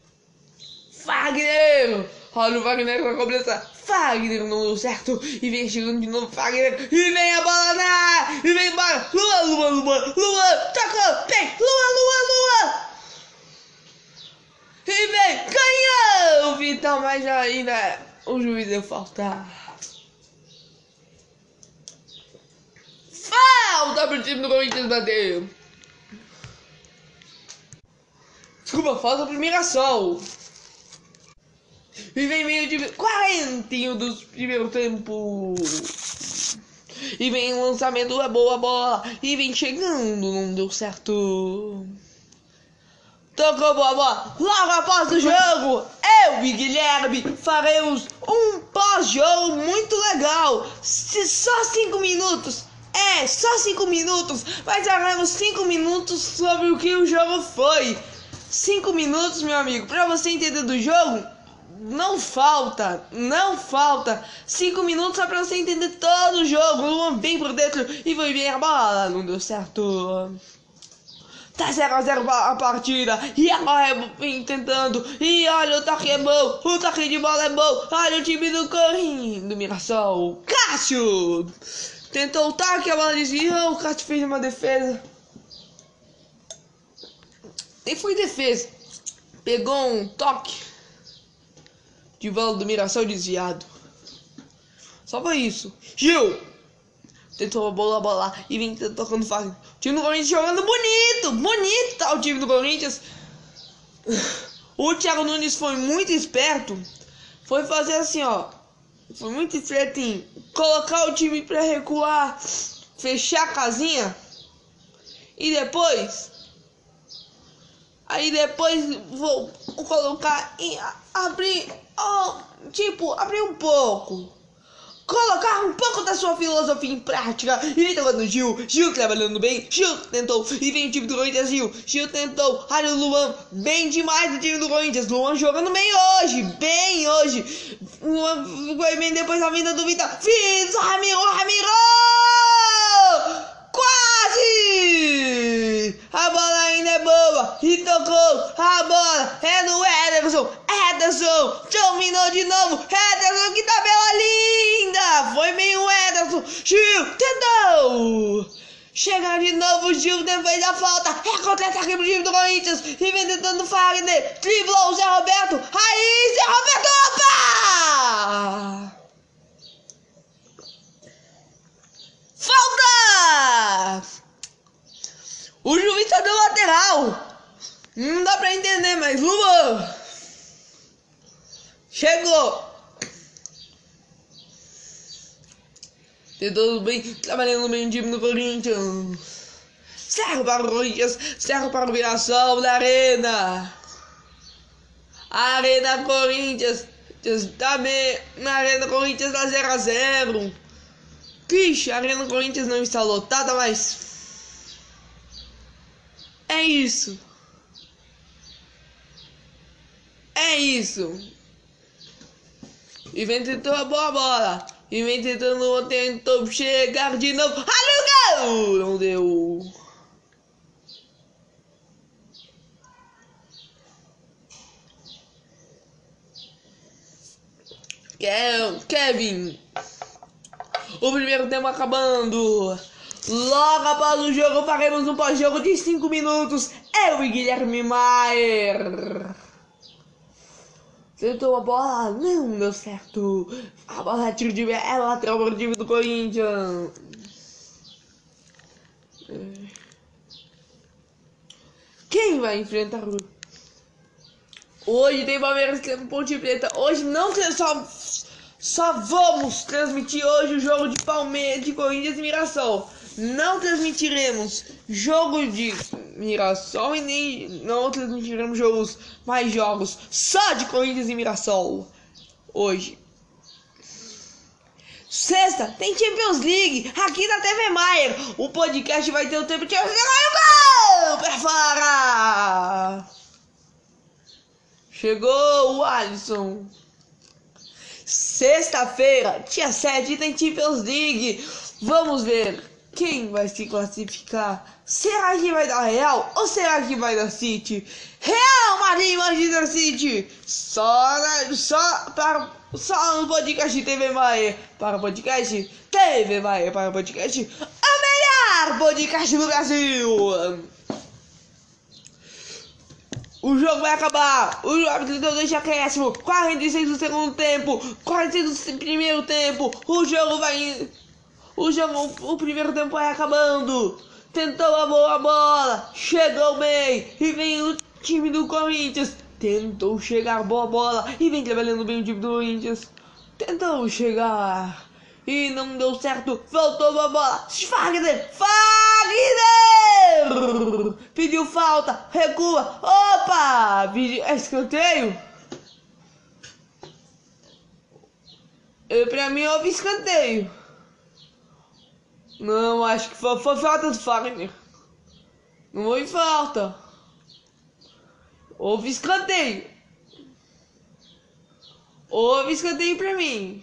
Fagner. Olha o Fagner com a cobrança. Fagner não deu certo. E vem chegando de novo Fagner. E vem a bola na área. E vem embora. Luan, Luan, Luan, Luan. Tocou. Vem. Luan, Luan, Luan. E vem, ganhou o Vital, mas ainda o juiz deu falta. Falta pro time do Corinthians bater. Desculpa, falta pro Mirassol. E vem meio de quarentinho do primeiro tempo. E vem o lançamento, é boa bola. E vem chegando, não deu certo. Tocou boa bola, logo após o jogo, eu e Guilherme faremos um pós-jogo muito legal. Se só cinco minutos, é, só cinco minutos, mas faremos cinco minutos sobre o que o jogo foi. Cinco minutos, meu amigo, pra você entender do jogo, não falta, não falta cinco minutos só pra você entender todo o jogo. O Luan vem por dentro e foi bem a bola, não deu certo. Tá zero a zero a partida. E agora vem tentando. E olha, o toque é bom. O toque de bola é bom. Olha o time do Corinthians, do Mirassol. Cássio tentou o toque, a bola desviou. O Cássio fez uma defesa. Nem foi defesa. Pegou um toque de bola do Mirassol desviado. Só foi isso. Gil tentou a bola, a bola e vem tocando fácil. O time do Corinthians jogando bonito. Bonito tá o time do Corinthians. O Thiago Nunes foi muito esperto. Foi fazer assim, ó. Foi muito esperto em colocar o time pra recuar. Fechar a casinha. E depois... Aí depois vou colocar e abrir, oh, tipo, abrir um pouco. Colocar um pouco da sua filosofia em prática. E tá no Gil, Gil trabalhando bem, Gil tentou, e vem o time do Corinthians, Gil, Gil tentou, olha o Luan, bem demais do time do Corinthians, Luan jogando bem hoje, bem hoje. Luan foi bem depois da vinda do Vitor, fiz o Ramiro, Ramiro! Quase! A bola ainda é boa. E tocou. A bola é no Ederson. Ederson dominou de novo. Ederson, que tabela linda! Foi meio Ederson. Gil tentou. Chega de novo. Gil fez a falta. É contra-ataque pro time do Corinthians. E vem tentando Fagner. Driblou o Zé Roberto. Aí, Zé Roberto. Opa! Falta! O juiz só deu lateral. Não dá pra entender, mas Luan chegou. Tentou bem, trabalhando bem o time do Corinthians. Serve para o Corinthians, serve para o Mirassol da Arena. Arena Corinthians. Também na Arena Corinthians dá zero a zero. Vixe, a Arena Corinthians não está lotada, mas é isso. É isso. E vem tentando a boa bola. E vem tentando, tentou chegar de novo. Olha o gol! Não deu. Kevin. O primeiro tempo acabando. Logo após o jogo faremos um pós-jogo de cinco minutos. Eu e Guilherme Maier. Tentou a bola, não deu certo. A bola é tiro de é lateral para o time do Corinthians. Quem vai enfrentar o... Hoje tem Palmeiras e Ponte Preta. Hoje não só... Só vamos transmitir hoje o jogo de Palmeiras, de Corinthians e Mirassol. Não transmitiremos jogo de Mirassol e nem não transmitiremos jogos, mais jogos só de Corinthians e Mirassol. Hoje. Sexta, tem Champions League aqui na T V Maier. O podcast vai ter o tempo de Champions League. Pra fora! Chegou o Alisson. Sexta-feira, dia sete, tem Champions League. Vamos ver quem vai se classificar. Será que vai dar Real ou será que vai dar City? Real Madrid e Manchester City. Só, só, para, só no podcast T V Maier. Para o podcast T V Maier. Para o podcast o melhor podcast do Brasil. O jogo vai acabar. O árbitro deu dois acréscimo. quarenta e seis do segundo tempo. quarenta e seis do primeiro tempo. O jogo vai... O jogo... O primeiro tempo vai acabando. Tentou a boa bola. Chegou bem. E vem o time do Corinthians. Tentou chegar boa bola. E vem trabalhando bem o time do Corinthians. Tentou chegar. E não deu certo. Voltou a bola. Fagner. Fagner. Pediu falta. Recua. Opa. Pediu... É escanteio. Eu, pra mim houve escanteio. Não, acho que foi, foi falta do Fagner. Não houve falta. Houve escanteio. Houve escanteio pra mim.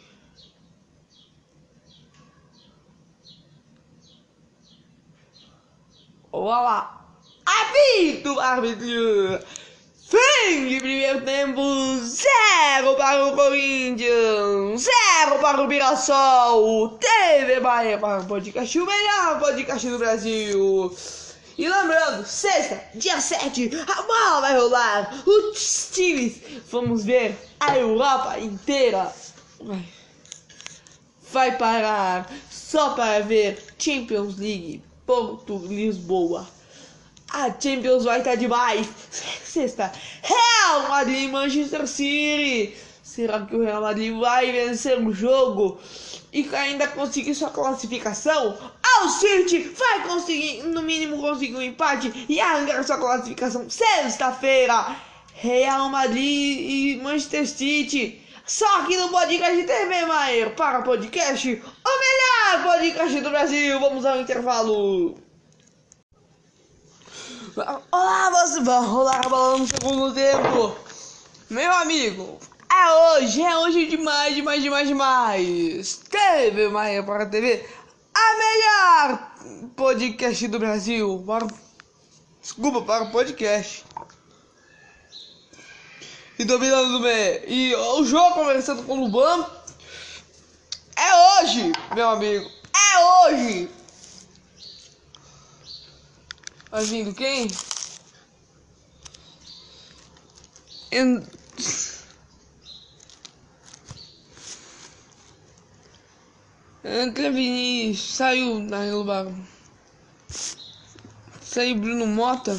Olha lá. Apito, árbitro. Fim de primeiro tempo. Zero para o Corinthians. Zero para o Mirassol. T V Bahia para o podcast. O melhor podcast do Brasil. E lembrando, sexta, dia sete, a bola vai rolar. Os times, vamos ver a Europa inteira. Vai parar só para ver Champions League, Porto, Lisboa. A Champions vai estar demais. Sexta, Real Madrid, Manchester City. Será que o Real Madrid vai vencer o jogo e ainda conseguir sua classificação? O City vai conseguir, no mínimo, conseguir um empate e arrancar sua classificação. Sexta-feira, Real Madrid e Manchester City. Só aqui no podcast T V Maier para podcast, o melhor podcast do Brasil. Vamos ao intervalo. Olá, você vai rolar a bola no segundo tempo. Meu amigo, é hoje, é hoje demais, demais, demais, demais. T V Maier para a T V. A melhor podcast do Brasil. Para... Desculpa, para o podcast. E dominando bem. E o jogo conversando com o Luban. É hoje, meu amigo. É hoje. Vai vindo quem? En... Entra Vinícius, saiu na Lubar. Saiu Bruno Mota.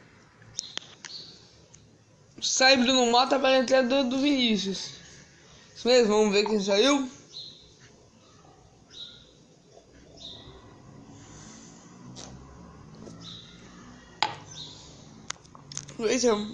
Sai Bruno Mota para a entrada do Vinícius. Isso mesmo, vamos ver quem saiu. Veja.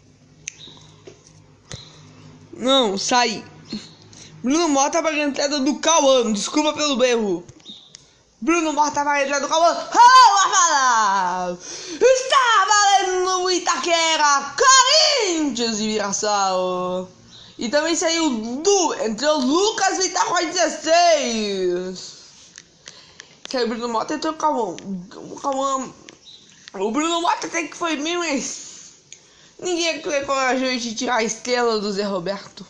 Não, sai. Bruno Mota para a entrada do Cauã. Desculpa pelo erro. Bruno Mota para a entrada do Cauã. Oh, está valendo no Itaquera. Corinthians e Mirassol. E também saiu do. Entrou Lucas Vitar com a dezesseis. Saiu Bruno Mota e entrou o Cauã. O Cauã. O Bruno Mota até que foi bem, mas ninguém é corajoso de tirar a estrela do Zé Roberto.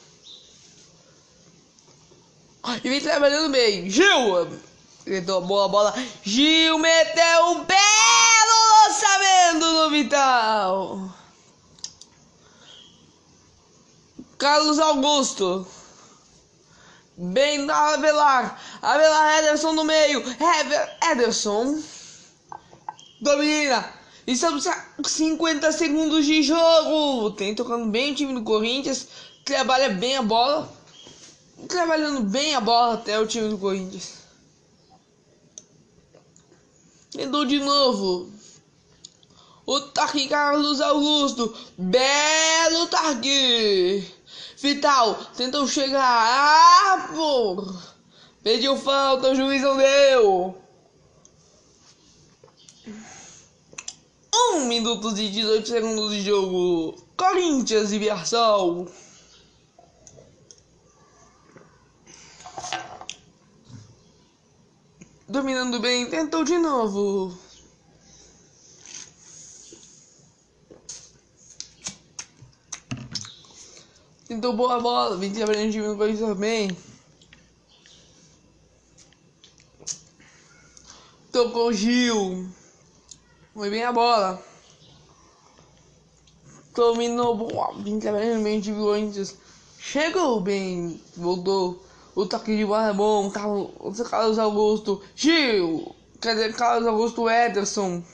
E vem trabalhando bem. Gil! Deu boa bola. Gil meteu um belo lançamento no Vital. Carlos Augusto. Bem da Avelar. Avelar, Ederson no meio. Ever, Ederson. Domina. Estamos a cinquenta segundos de jogo. Tem tocando bem o time do Corinthians. Trabalha bem a bola. Trabalhando bem a bola até o time do Corinthians. Tentou de novo. O Tarqui Carlos Augusto. Belo Tarqui. Vital tentou chegar. Ah, pô. Pediu falta, o juiz não deu. Um minuto e dezoito segundos de jogo. Corinthians e Mirassol. Dominando bem, tentou de novo. Tentou boa bola, vem trabalhando de time coisa também. Tocou Gil. Foi bem a bola. Dominou boa, vem trabalhando bem de time Corinthians. Chegou bem, voltou. O toque de bola é bom, Carlos, Carlos Augusto, Gil, quer dizer, Carlos Augusto, Ederson.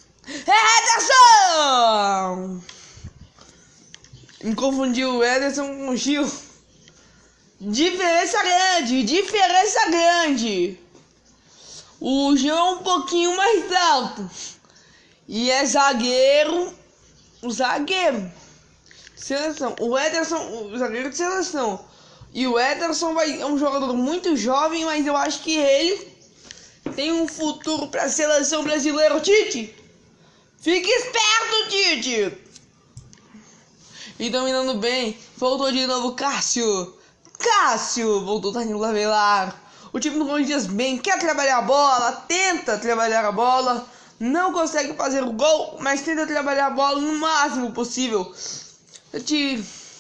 Ederson! Me confundiu o Ederson com o Gil. Diferença grande, diferença grande. O Gil é um pouquinho mais alto. E é zagueiro, o zagueiro. Seleção, o Ederson, o zagueiro de seleção. E o Ederson vai, é um jogador muito jovem, mas eu acho que ele tem um futuro para a seleção brasileira. Tite, fique esperto, Tite. E dominando bem, voltou de novo Cássio. Cássio, voltou Danilo Avelar. O time do Corinthians bem, quer trabalhar a bola, tenta trabalhar a bola, não consegue fazer o gol, mas tenta trabalhar a bola no máximo possível. Te...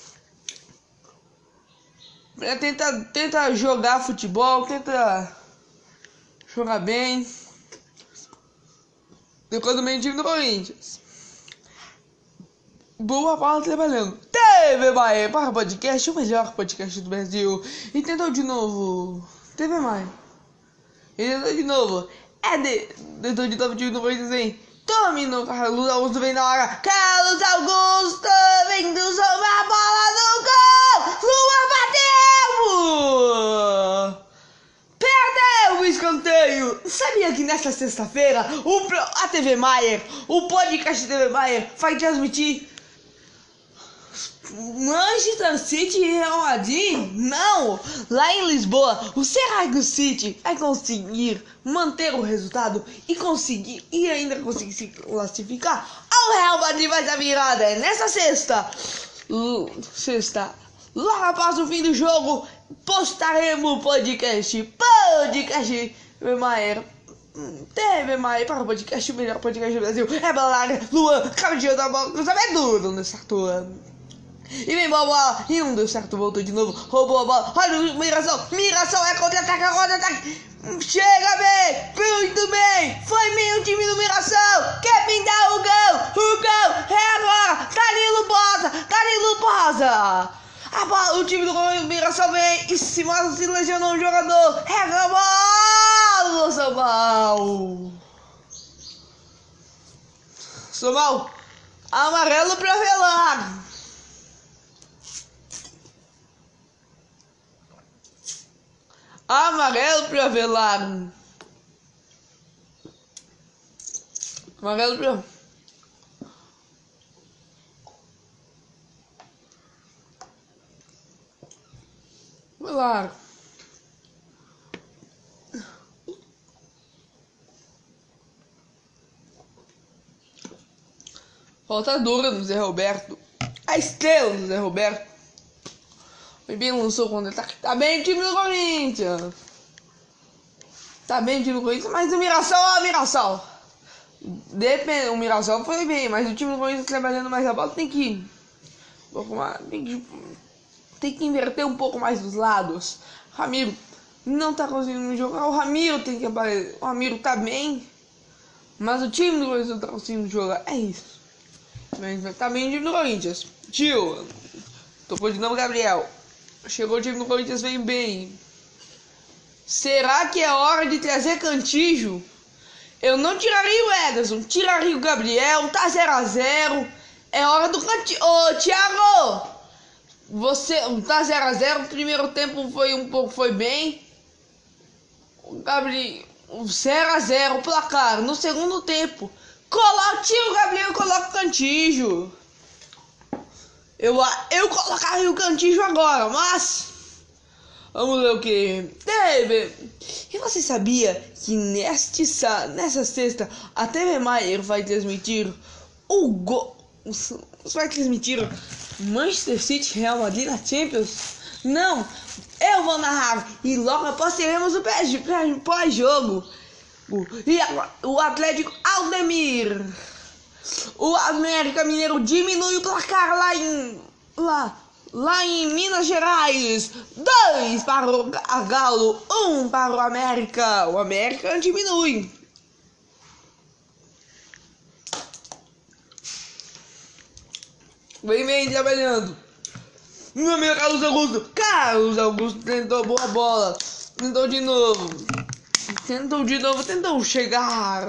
Tenta, tenta jogar futebol, tenta jogar bem. Depois do meio time do Corinthians. Boa bola trabalhando. T V Bahia para podcast, o melhor podcast do Brasil. E tentou de novo. T V Bahia. E tentou de novo. É de. Tentou de novo, time do Corinthians, hein? Domino. Carlos Augusto vem na hora. Carlos Augusto vindo sobre a bola no gol. Lua bateu. Perdeu o escanteio. Sabia que nesta sexta-feira o, a T V Maier, o podcast T V Maier, vai transmitir Manchester City e Real Madrid? Não! Lá em Lisboa, o Será que o City vai conseguir manter o resultado e conseguir e ainda conseguir se classificar? O Real Madrid vai dar virada. É nessa sexta. L sexta. Logo após o fim do jogo, postaremos o podcast. Podcast T V Maier. T V Maier para o podcast, o melhor podcast do Brasil. É Balara, Luan, Claudio da bola, cruzamento, não deu certo. E vem boa bola, e não deu certo, voltou de novo, roubou a bola, olha o Miração, Miração é contra-ataque, é contra-ataque, chega bem, muito bem, foi meio time do Miração, quer pintar o gol, o gol, é agora, Danilo Bosa, Danilo Bosa. A bola, o time do Miração vem e se, se lesionou um jogador, é a bola do São Paulo. São Paulo, amarelo pra Velar. Amarelo pra Velar. Amarelo pra Velar. Falta dura no Zé Roberto. A estrela do Zé Roberto. Foi bem, lançou contra-ataque. Tá bem o time do Corinthians. Tá bem o time do Corinthians, mas o Mirassol, ó, o Mirassol. Depende, o Mirassol foi bem, mas o time do Corinthians trabalhando mais a bola tem que. Um pouco mais, tem que. Tem que inverter um pouco mais dos lados. Ramiro não tá conseguindo jogar. O Ramiro tem que aparecer. O Ramiro tá bem, mas o time do Corinthians não tá conseguindo jogar. É isso. Mas tá bem o time do Corinthians. Tio, tocou de novo Gabriel. Chegou o time do Corinthians, vem bem. Será que é hora de trazer Cantígio? Eu não tiraria o Ederson, tiraria o Gabriel, tá zero a zero. É hora do Cantígio. Ô, Thiago! Você tá zero a zero, o primeiro tempo foi um pouco, foi bem. O Gabriel, zero a zero, placar. No segundo tempo, coloca, tira o Gabriel e coloca o Cantígio. Eu, eu colocaria o Cantígio agora, mas vamos ver o que teve. E você sabia que neste, nessa sexta a T V Maier vai transmitir o gol? Vai transmitir Manchester City Real Madrid na Champions? Não, eu vou narrar e logo após teremos o pós-jogo. E o Atlético Aldemir. O América Mineiro diminui o placar lá em lá, lá em Minas Gerais. Dois para o Galo, um para o América. O América diminui. Vem bem trabalhando. Meu amigo Carlos Augusto. Carlos Augusto tentou boa bola. Tentou de novo. Tentou de novo. Tentou chegar.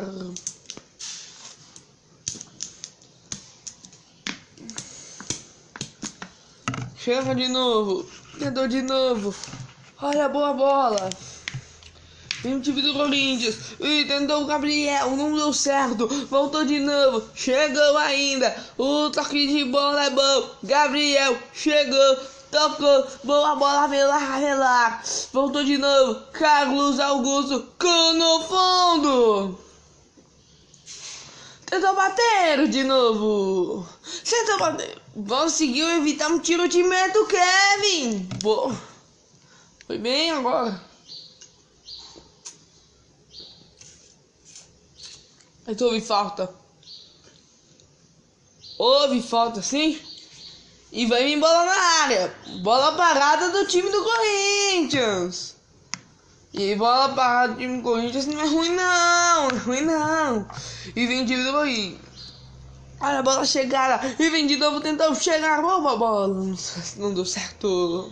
Chega de novo. Tentou de novo. Olha a boa bola. Vem o time do Corinthians. E tentou o Gabriel. Não deu certo. Voltou de novo. Chegou ainda. O toque de bola é bom. Gabriel chegou. Tocou. Boa bola. Velar, Velar. Voltou de novo. Carlos Augusto. No fundo. Tentou bater de novo. Tentou bater. Conseguiu evitar um tiro de meta, Kevin. Boa. Foi bem agora. Mas houve falta. Houve falta, sim. E vai vir bola na área. Bola parada do time do Corinthians. E bola parada do time do Corinthians não é ruim não. Não é ruim não. E vem time do Corinthians. Olha a bola chegada. E vem de novo tentando chegar. Boa bola. Não, não deu certo.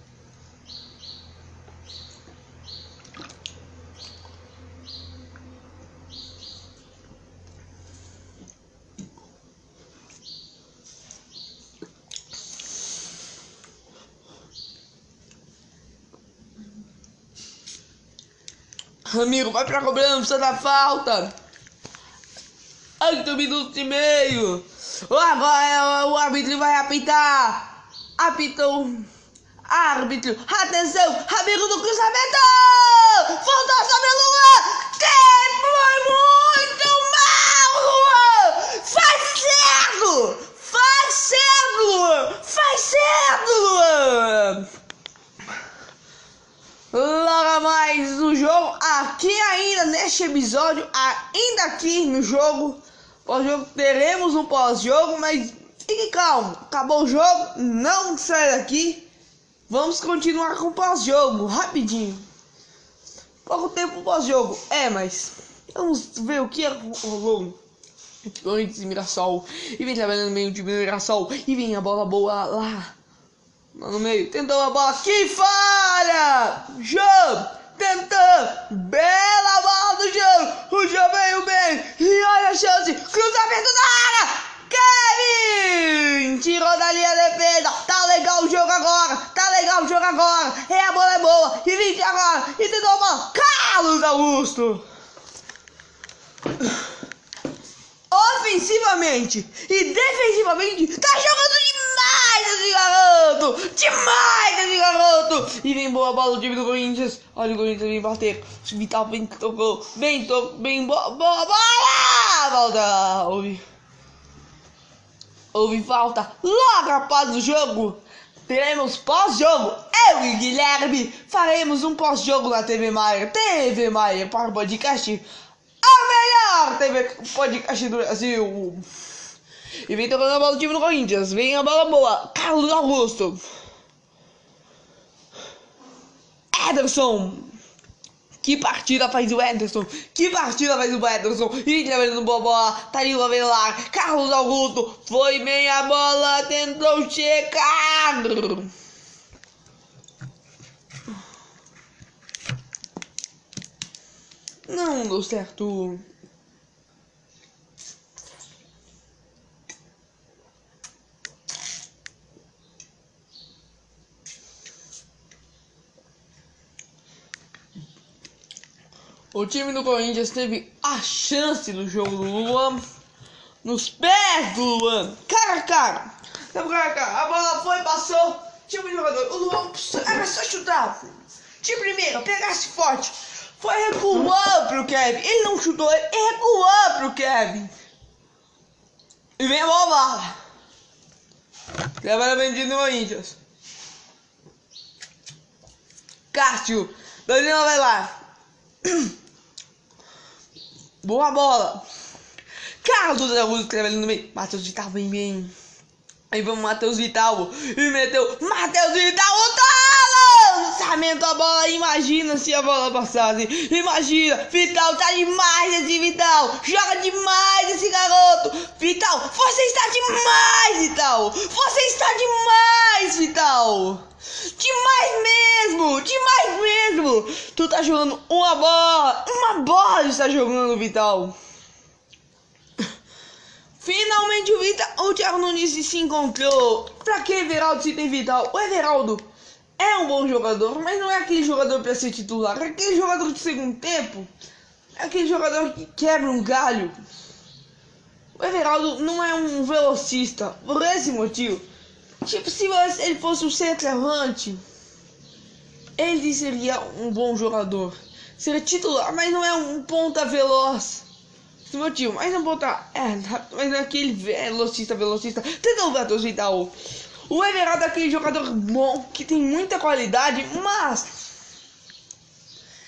Amigo, vai pra cobrança da falta. Oito minutos e meio. Agora o árbitro vai apitar. Apitou. Árbitro. Atenção. Amigo do cruzamento. Falta sobre o Luan. Que foi muito mal, Luan. Faz certo. Faz certo, Luan. Faz certo, Luan. Logo mais no jogo, aqui ainda neste episódio, ainda aqui no jogo, pós-jogo, teremos um pós-jogo, mas fique calmo, acabou o jogo, não sai daqui, vamos continuar com o pós-jogo, rapidinho, pouco tempo pós-jogo, é, mas vamos ver o que rolou. Corinthians e Mirassol, e vem trabalhando no meio de Mirassol, e vem a bola boa lá no meio, tentou a bola, que falha! João, tentando, bela bola do João, o João veio bem, e olha a chance, cruzamento na área, Kevin, tirou da linha de defesa, tá legal o jogo agora, tá legal o jogo agora, é a bola é boa, e vinte agora, e tentou a bola, Carlos Augusto. Ofensivamente e defensivamente, tá jogando demais esse garoto! Demais esse garoto! E vem boa bola do time do Corinthians. Olha o Corinthians vem bater. Vital bem tocou. Bem tocou. Bem boa, boa bola! Falta. Houve. Houve falta. Logo após o jogo, teremos pós-jogo. Eu e Guilherme faremos um pós-jogo na T V Maia. T V Maia para o podcast. A melhor T V podcast do Brasil. E vem tocando a bola do time do Corinthians. Vem a bola boa. Carlos Augusto. Ederson. Que partida faz o Ederson. Que partida faz o Ederson. E trabalhando boa bola. Danilo Avelar. Carlos Augusto. Foi bem a bola. Tentou checar. Não deu certo. O time do Corinthians teve a chance do jogo do Luan. Nos pés do Luan. Cara a cara. Cara a cara. A bola foi, passou. Tinha um jogador. O Luan era só chutar. De primeira, pegasse forte. Foi recuando pro Kevin. Ele não chutou, ele recuou pro Kevin. E vem a bola. Trabalha vendido no Corinthians. Cássio. Danilo vai lá. Boa bola. Carlos Augusto trabalhando no meio. Matheus Vital vem bem. Aí vamos Matheus Vital. E meteu. Matheus Vital. Lançamento a bola. Imagina se a bola passasse. Imagina. Vital tá demais esse Vital. Joga demais esse garoto. Vital. Você está demais, Vital. Você está demais, Vital. Demais mesmo. Demais mesmo. Tu tá jogando uma bola. Uma bola está jogando, Vital. Finalmente o Vital, o Thiago Nunes se encontrou. Pra que Everaldo se tem Vital? O Everaldo é um bom jogador, mas não é aquele jogador pra ser titular. É aquele jogador de segundo tempo. É aquele jogador que quebra um galho. O Everaldo não é um velocista, por esse motivo. Tipo, se ele fosse um centroavante, ele seria um bom jogador. Seria titular, mas não é um ponta veloz. Esse motivo, mas não botar. É, mas não é aquele velocista, velocista. Tentou ver o Vital. O Everaldo é aquele jogador bom, que tem muita qualidade, mas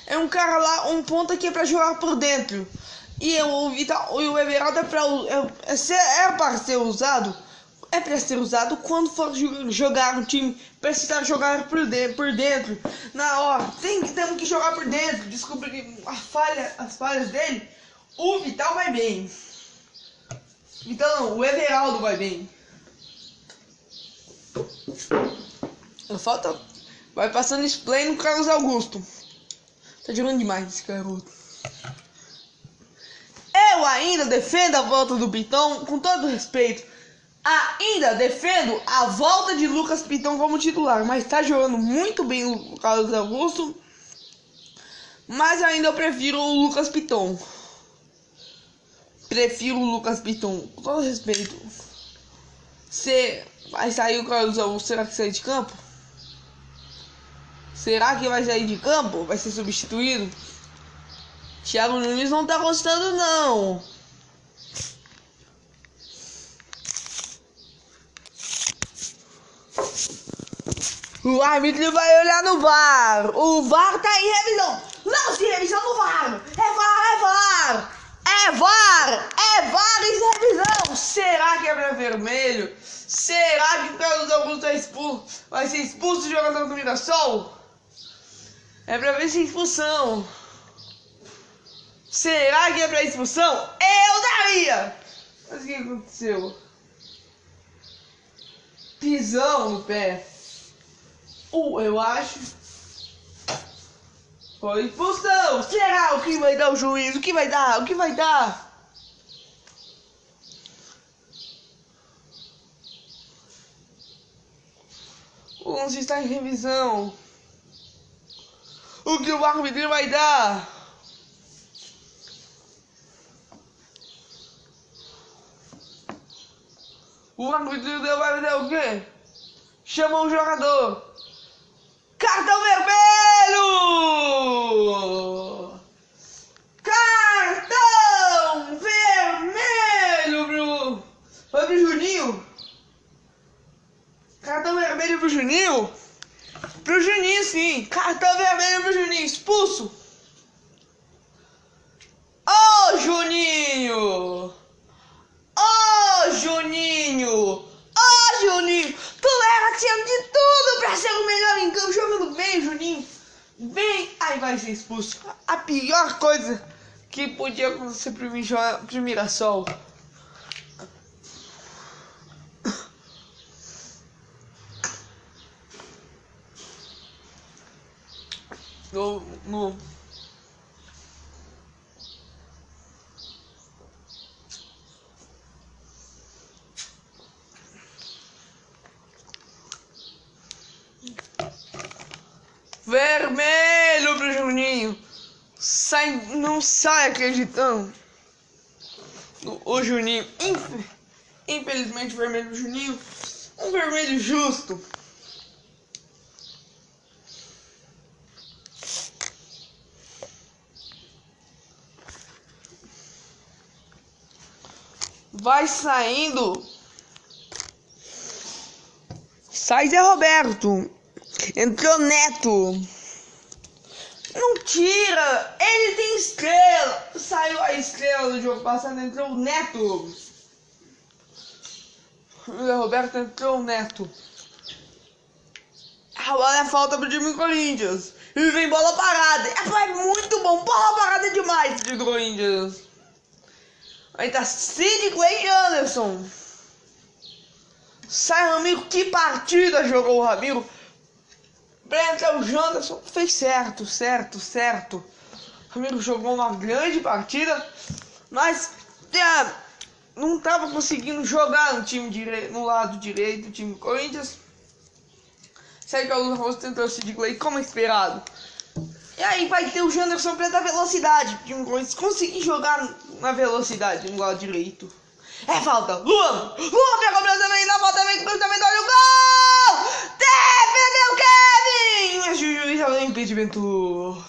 é um cara lá, um ponta que é pra jogar por dentro. E o Vital, o Everaldo é pra, é, é, é para ser usado, é para ser usado quando for jogar um time, precisar jogar por dentro, por dentro. Na hora, tem que temos que jogar por dentro. Descobrir a falha, as falhas dele. O Vital vai bem. Então não, o Everaldo vai bem. Falta, vai passando splay no Carlos Augusto. Tá jogando demais esse garoto. Eu ainda defendo a volta do Piton, com todo respeito. Ainda defendo a volta de Lucas Piton como titular, mas tá jogando muito bem o Carlos Augusto. Mas ainda eu prefiro o Lucas Piton. Prefiro o Lucas Piton, com todo respeito. Se vai sair o Carlos Augusto, será que sai de campo? Será que vai sair de campo? Vai ser substituído? Thiago Nunes não tá gostando, não. O árbitro vai olhar no V A R. O V A R tá em revisão. Não se revisão no V A R. É V A R, é V A R. É V A R. É V A R em revisão. Será que é pra vermelho? Será que o Carlos Augusto vai, expulso, vai ser expulso do jogador do Mirassol? É pra ver se é expulsão. Será que é pra expulsão? Eu daria! Mas o que aconteceu? Pisão no pé. Uh, eu acho. Foi expulsão. Será o que vai dar o juiz? O que vai dar? O que vai dar? O lance está em revisão. O que o árbitro vai dar? O árbitro vai dar o quê? Chamou o jogador. Cartão vermelho! Cartão vermelho pro... Foi pro Juninho. Cartão vermelho pro Juninho? Pro Juninho, sim. Cartão vermelho pro Juninho. Expulso. Ô, oh, Juninho! Ô, oh, Juninho! Ô, oh, Juninho! Tu era tinha de tudo pra ser o melhor em campo. Jogando bem, Juninho. Bem. Aí vai ser expulso. A pior coisa que podia acontecer pro Mirassol. No, no vermelho pro Juninho. Sai, não sai acreditando. O Juninho, infelizmente, vermelho pro Juninho. Um vermelho justo. Vai saindo. Sai Zé Roberto. Entrou Neto. Não tira. Ele tem estrela. Saiu a estrela do jogo passado. Entrou o Neto. O Zé Roberto entrou o Neto. Agora é falta pro time do Corinthians. E vem bola parada. É muito bom. Bola parada demais do Corinthians. Aí tá Sid, Clay e Anderson. Sai Ramiro, que partida jogou o Ramiro. Pra entrar o Janderson, fez certo, certo, certo. O Ramiro jogou uma grande partida, mas é, não tava conseguindo jogar no time dire... no lado direito do time do Corinthians. Sérgio Augusto tentou o Sid Clay como esperado. E aí vai ter o Janderson pra dar velocidade, porque o Corinthians conseguir jogar na velocidade no lado direito. É falta. Luan! Luan pegou o Brasil também, na volta também, cruzamento, olha o gol! Defendeu Kevin! Mas o juiz já deu impedimento.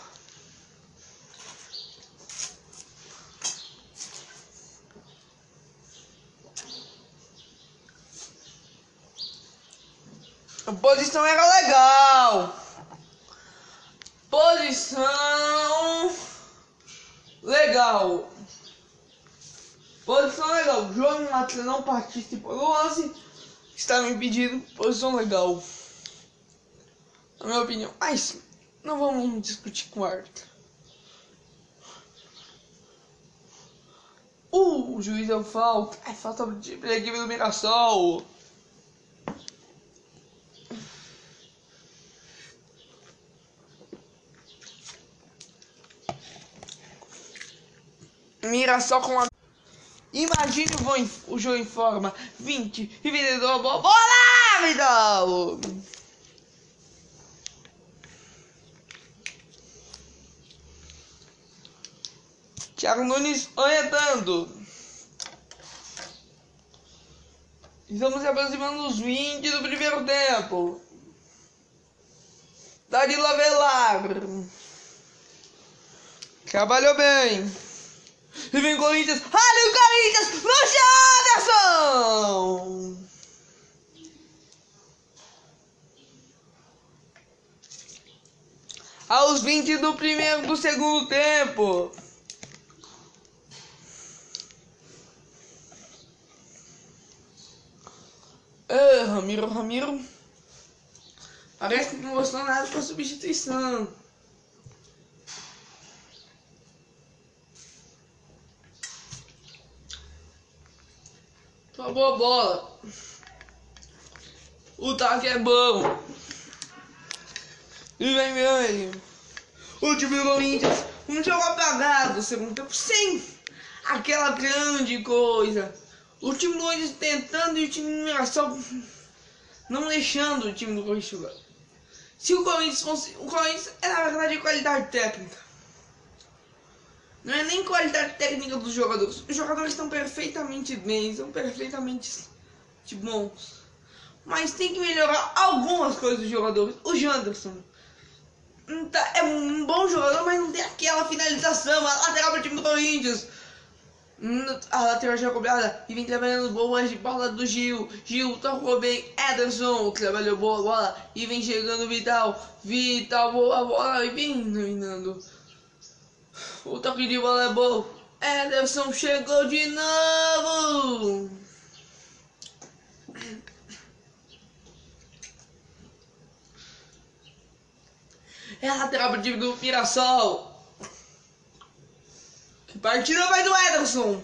A posição era legal. Posição legal. Posição legal. João Matheus não participou do lance. Estava impedido. Posição legal. Na minha opinião. Mas não vamos discutir com o árbitro. Uh, o juiz deu falta. É falta de equipe do Mirassol. Mirassol com a... Imagine o, João, o João em forma. vinte. E vendedor. Bola, bola, Vidal. Thiago Nunes orientando. Estamos se aproximando dos vinte do primeiro tempo. Danilo Avelar. Trabalhou bem. E vem Corinthians. Olha o Corinthians no Anderson. Aos vinte do primeiro do segundo tempo. Ah, Ramiro, Ramiro. Parece que não gostou nada com a substituição. Uma boa bola. O taque é bom. E vem bem. O time do Corinthians. Um jogo apagado. Segundo tempo. Sem aquela grande coisa. O time do Corinthians tentando e o time do Mirassol não deixando o time do Corinthians jogar. Se o Corinthians fosse... O Corinthians é na verdade qualidade técnica. Não é nem qualidade técnica dos jogadores. Os jogadores estão perfeitamente bem, são perfeitamente bons. Mas tem que melhorar algumas coisas dos jogadores. O Janderson é um bom jogador, mas não tem aquela finalização. A lateral para o time do Corinthians. A lateral já cobrada e vem trabalhando boas de bola do Gil. Gil tocou bem. Ederson trabalhou boa bola e vem chegando Vital. Vital, boa bola e vem dominando. O toque de bola é bom. Ederson chegou de novo. É a lateral para o time do Mirassol. Que partida vai do Ederson.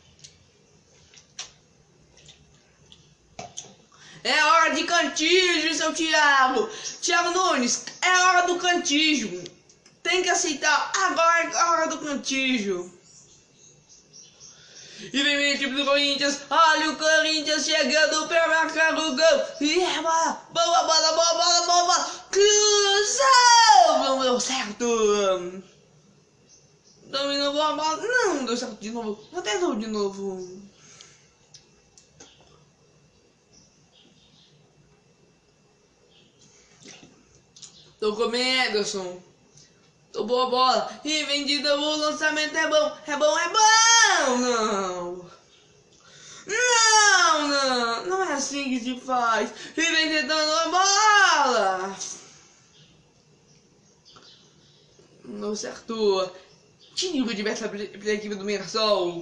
É hora de cantígio, seu Thiago. Thiago Nunes, é hora do cantígio. Tem que aceitar. Agora é a hora do cantígio. E vem o time do Corinthians. Olha o Corinthians chegando para marcar o gol. E é bola. Boa bola, boa bola, boa bola. Cruzou. Não deu certo. Dominou boa bola. Não deu certo de novo. Vou tentar de novo. Tocou bem, Ederson. Tô boa bola. E vendida, o lançamento é bom. É bom, é bom. Não. Não, não. Não é assim que se faz. E vem tentando a bola. Não acertou. Tiro de meta para a equipe do Mirassol.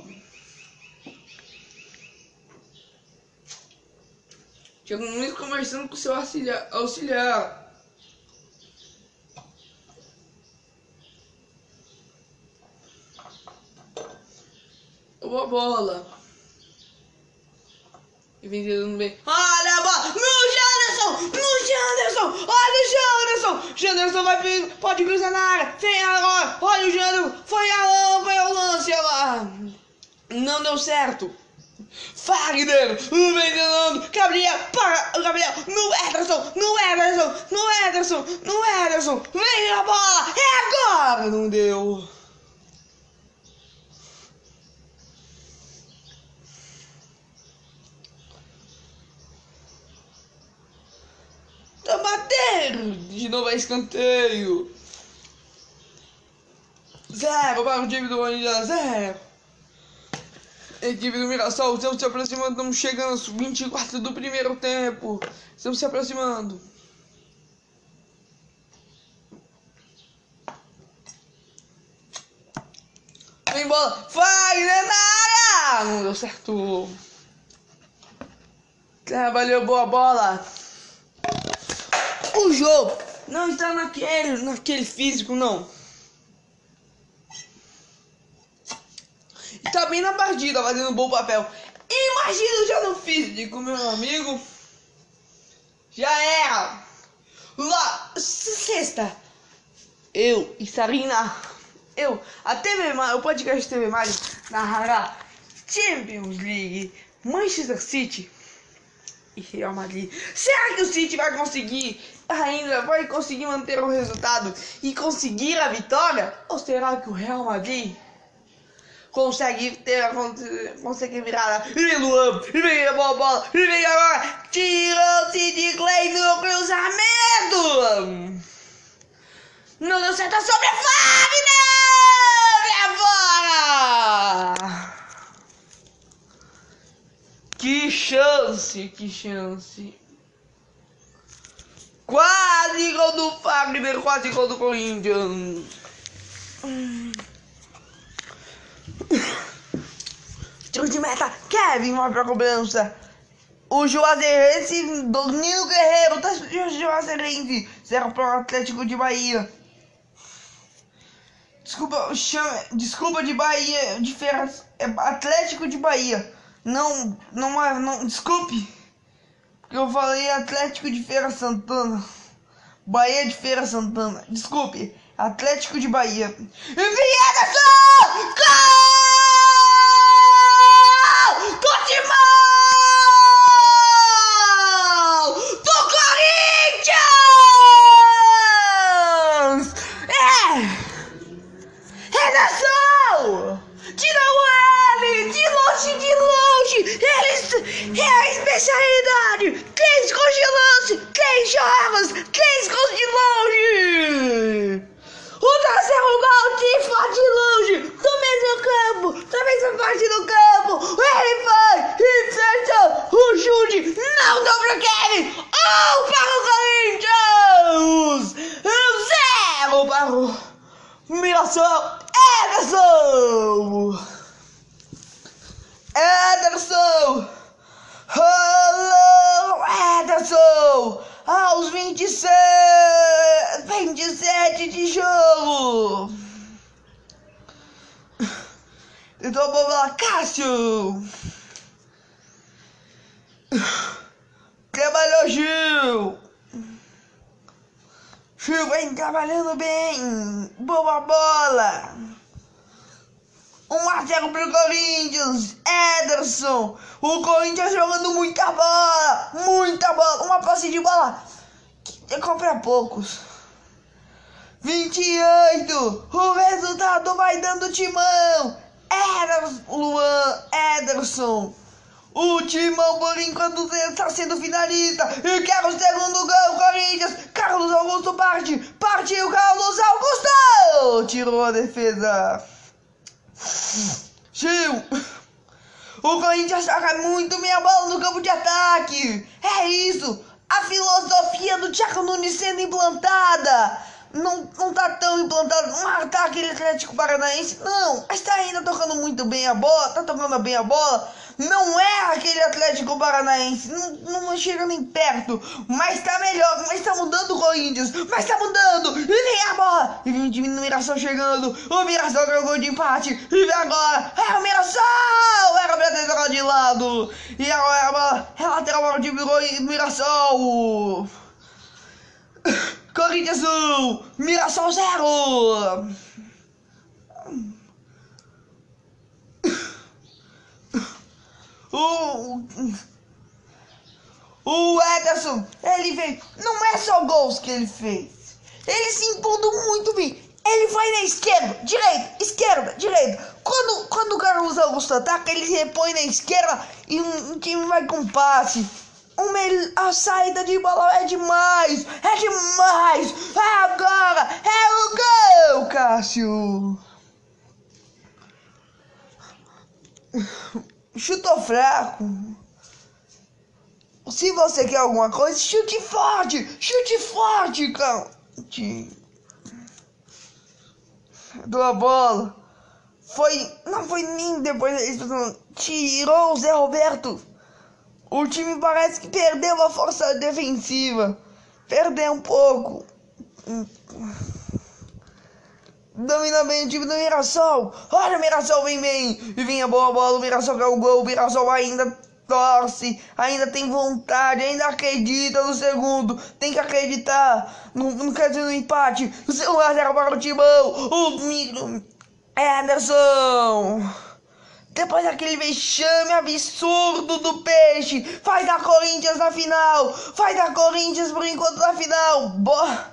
Thiago Nunes conversando com seu auxiliar. auxiliar. Boa bola. E vem dando bem. Olha a bola. No Janderson. No Janderson. Olha o Janderson. Janderson vai, pode cruzar na área. Vem agora. Olha o Janderson. Foi a foi o lance lá. Não deu certo. Fagner. Vem ganhando. Gabriel. Para o Gabriel. No Ederson. No Ederson. No Ederson. No Ederson. Vem a bola. É agora. Não deu. Tá batendo! De novo é escanteio. Zero para o time do Corinthians, zero. Equipe do Mirassol, estamos se aproximando, estamos chegando aos vinte e quatro do primeiro tempo. Estamos se aproximando. Kevin bola. Fagner na área. Não deu certo. Trabalhou boa bola. O jogo não está naquele, naquele físico, não. Está bem na partida, fazendo um bom papel. Imagina já no físico, meu amigo. Já era. Lá, sexta. Eu e Sarina. Eu, a T V Mário, o podcast T V Mário narrará Champions League, Manchester City e Real Madrid. Será que o City vai conseguir, ainda vai conseguir manter o resultado e conseguir a vitória? Ou será que o Real Madrid consegue ter a consegue virar? E vem Luan, e vem a boa bola, e vem agora, tirou-se de Clay no cruzamento. Não deu certo sobre a Fagner! É fora! Que chance, que chance. Quase gol do Fagner, quase gol do Corinthians. Tiro de meta, Kevin vai pra cobrança. O Juazeirense do Nino Guerreiro tá Juazeirense zero para o Atlético de Bahia. Desculpa, chama, desculpa de Bahia, de Feira, é Atlético de Bahia. Não, não é, não, desculpe. Porque eu falei Atlético de Feira Santana. Bahia de Feira Santana. Desculpe, Atlético de Bahia. E Ederson! Gol! Do Timão! Do Corinthians! É! Ederson! Tirou ele! De longe, de longe! Ele é a especialidade! Três gols de lance! Três jogos! Três gols de longe! O terceiro gol de fora de longe! Do mesmo campo! Da mesma parte do campo! Ele foi! E fechou! O chute! Não deu pro Kevin! Um para o Corinthians! Zero para o Mirassol! Ederson! Ederson! Alô, Ederson! Aos vinte e sete, vinte e sete de jogo! Tentou a bola, Cássio! Trabalhou Gil! Gil vem trabalhando bem! Boa bola! um a zero pro Corinthians, Ederson, o Corinthians jogando muita bola, muita bola, uma posse de bola, que compra poucos. vinte e oito, o resultado vai dando Timão, Ederson, Luan, Ederson, o Timão por enquanto está sendo finalista, e quer o segundo gol, Corinthians, Carlos Augusto parte, partiu Carlos Augusto, tirou a defesa. Gil, o Corinthians joga muito minha bola no campo de ataque. É isso, a filosofia do Thiago Nunes sendo implantada. Não, não tá tão implantado, não tá aquele Atlético Paranaense, não, mas tá ainda tocando muito bem a bola, tá tocando bem a bola. Não é aquele Atlético Paranaense, não, não chega nem perto, mas tá melhor, mas tá mudando o Corinthians, mas tá mudando, e vem a bola, e vem diminuindo o Mirassol chegando, o Mirassol ganhou gol de empate, e vem agora, é o Mirassol, era pra ter jogado de lado, e agora a bola, é lateral de Mirassol, Corinthians um, Mirassol zero. O, o Ederson, ele veio, não é só gols que ele fez, ele se impondo muito bem, ele vai na esquerda, direita, esquerda, direita, quando, quando o Carlos Augusto ataca, ele se repõe na esquerda e um, um time vai com passe, uma, a saída de bola é demais, é demais, é agora, é o gol, Cássio. Chutou fraco. Se você quer alguma coisa, chute forte. Chute forte, cara. Dou a bola. Foi, não foi nem depois da expulsão, tirou o Zé Roberto. O time parece que perdeu a força defensiva. Perdeu um pouco. Domina bem o time do Mirassol. Olha, o Mirassol vem bem. E vem a boa bola, o Mirassol quer o gol. O Mirassol ainda torce, ainda tem vontade, ainda acredita no segundo. Tem que acreditar. Não, não quer dizer no empate. um a zero para o Timão. O Miro Ederson. Depois daquele vexame absurdo do Peixe, faz da Corinthians na final, faz da Corinthians por enquanto na final. Boa.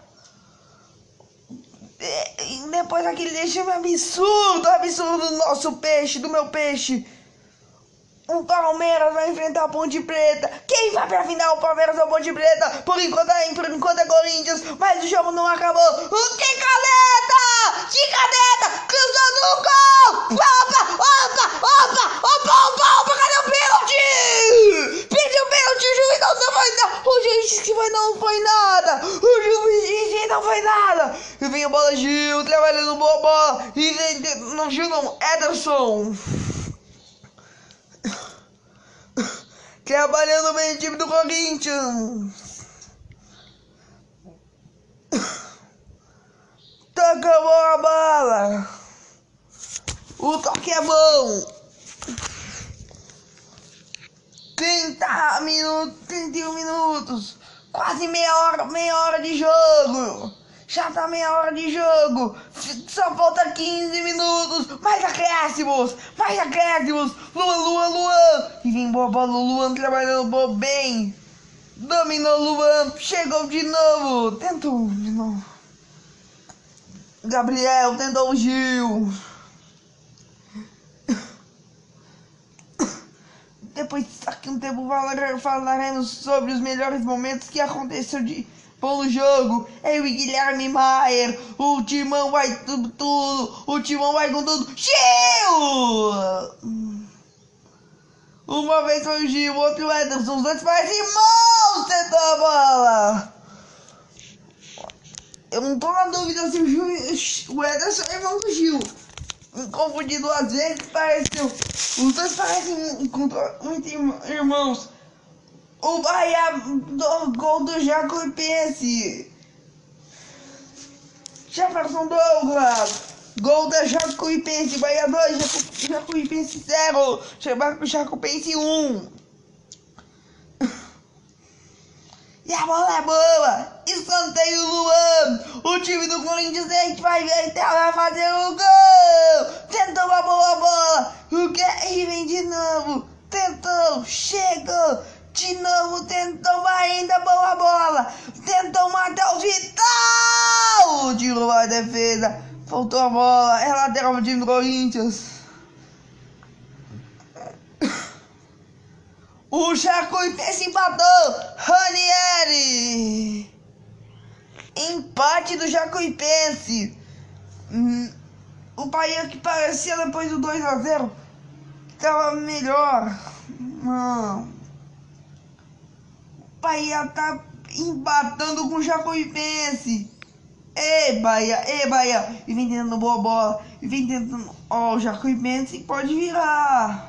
Depois daquele vexame absurdo, absurdo do nosso Peixe, do meu Peixe, o Palmeiras vai enfrentar a Ponte Preta. Quem vai pra final? O Palmeiras ou a Ponte Preta? Por enquanto é, por enquanto é Corinthians, mas o jogo não acabou. O que caneta? Que caneta? Cruzou no gol! Opa, opa, opa, opa, opa, opa, cadê o pênalti? Pediu o pênalti, o juiz não foi nada. O juiz disse que foi, não foi nada. O juiz disse que não foi nada. E vem a bola, Gil, trabalhando boa bola. E vem, não, Gil não, Ederson. Trabalhando bem o time do Corinthians. Tocou a bola. O toque é bom. trinta minutos, trinta e um minutos. Quase meia hora, meia hora de jogo. Já tá meia hora de jogo. Só falta quinze minutos. Mais acréscimos. Mais acréscimos. Luan, Luan, Luan. E vem boa bola. Luan trabalhando bem. Dominou Luan. Chegou de novo. Tentou de novo. Gabriel tentou o Gil. Depois daqui um tempo falaremos sobre os melhores momentos que aconteceu de bom jogo. Eu e Guilherme Maier. O Timão vai tudo, tudo. O Timão vai com tudo. Gil! Uma vez foi o Gil, outro o Ederson. Os dois parecem irmãos. Tentou a bola. Eu não tô na dúvida se o Gil, o Ederson é irmão do Gil. Me confundi duas vezes, pareceu. Os dois parecem muito irmãos. O Bahia do gol do Jacuipense. Jefferson Douglas. Gol da Jacuipense. Bahia dois, Jacuipense zero. Jacuipense um. E a bola é boa. Escanteio Luan. O time do Corinthians vai, vai fazer o gol. Tentou uma boa bola. O que? E vem de novo. Tentou. Chegou. De novo tentou ainda boa bola. Tentou matar o Vital. Tirou a defesa. Faltou a bola. É lateral pro time do Corinthians. O Jacuipense empatou. Ranieri. Empate do Jacuipense. Hum, o Bahia que parecia depois do dois a zero estava melhor. Não. O Bahia tá empatando com o Jacuipense. Ei, Bahia, ei, Bahia. E vem tentando boa bola. E vem tentando. Ó, oh, o Jacuipense pode virar.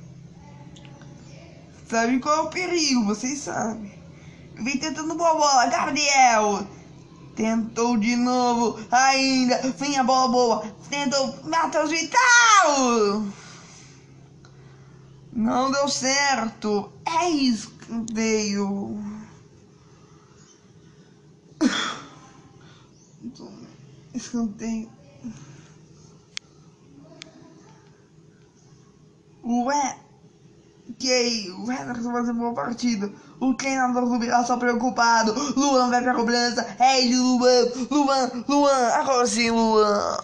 Sabe qual é o perigo? Vocês sabem. E vem tentando boa bola. Gabriel. Tentou de novo. Ainda. Vem a bola boa. Tentou. Matheus Vital. Não deu certo. É escanteio. Escanteio. Ué. Que o Ederson vai fazer uma boa partida. O treinador do Mirassol preocupado. Luan vai pra cobrança. É ele, Luan. Luan, Luan. Agora sim, Luan.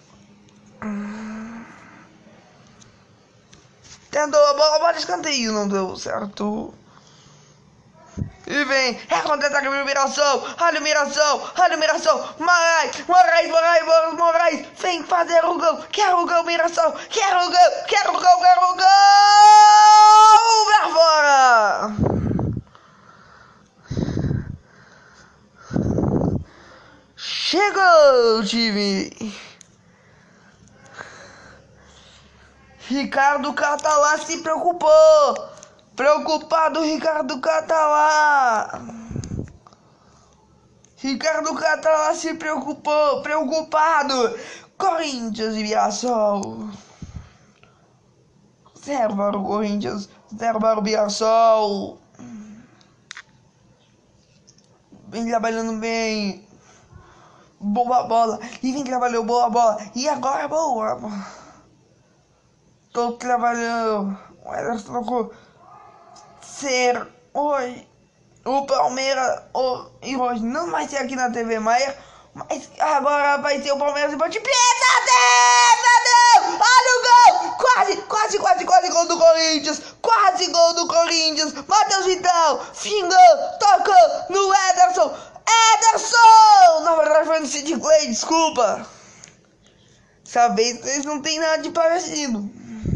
Tentou a bola, bola de escanteio. Não deu certo. E vem, é contra-ataque do Mirassol. Olha o Mirassol, olha o Mirassol. Moraes, Moraes, Moraes, Moraes. Vem fazer o gol. Quero o gol, Mirassol. Quero o gol, quero o gol, quero o gol. Pra fora. Chegou, time. Ricardo Catalá se preocupou. Preocupado, Ricardo Catalá. Ricardo Catalá se preocupou. Preocupado. Corinthians e Mirassol. Zero para o Corinthians. Zero para o Mirassol. Vem trabalhando bem. Boa bola. E vem trabalhando boa bola. E agora boa. Tô trabalhando. O Ederson tocou. Ser hoje. O Palmeiras. Oh, e hoje não vai ser aqui na T V Maia. Mas agora vai ser o Palmeiras e Ponte Preta. Deus! Olha o gol! Quase, quase, quase, quase gol do Corinthians. Quase gol do Corinthians. Matheus Vital. Fingou. Tocou no Ederson. Ederson! Na verdade foi no Sid Clay, desculpa. Dessa vez eles não tem nada de parecido.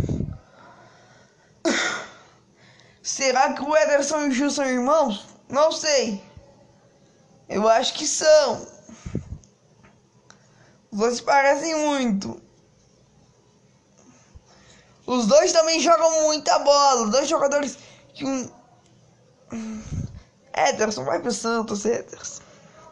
Será que o Ederson e o Gil são irmãos? Não sei. Eu acho que são. Os dois parecem muito. Os dois também jogam muita bola. Os dois jogadores que um... Ederson, vai pro Santos, Ederson.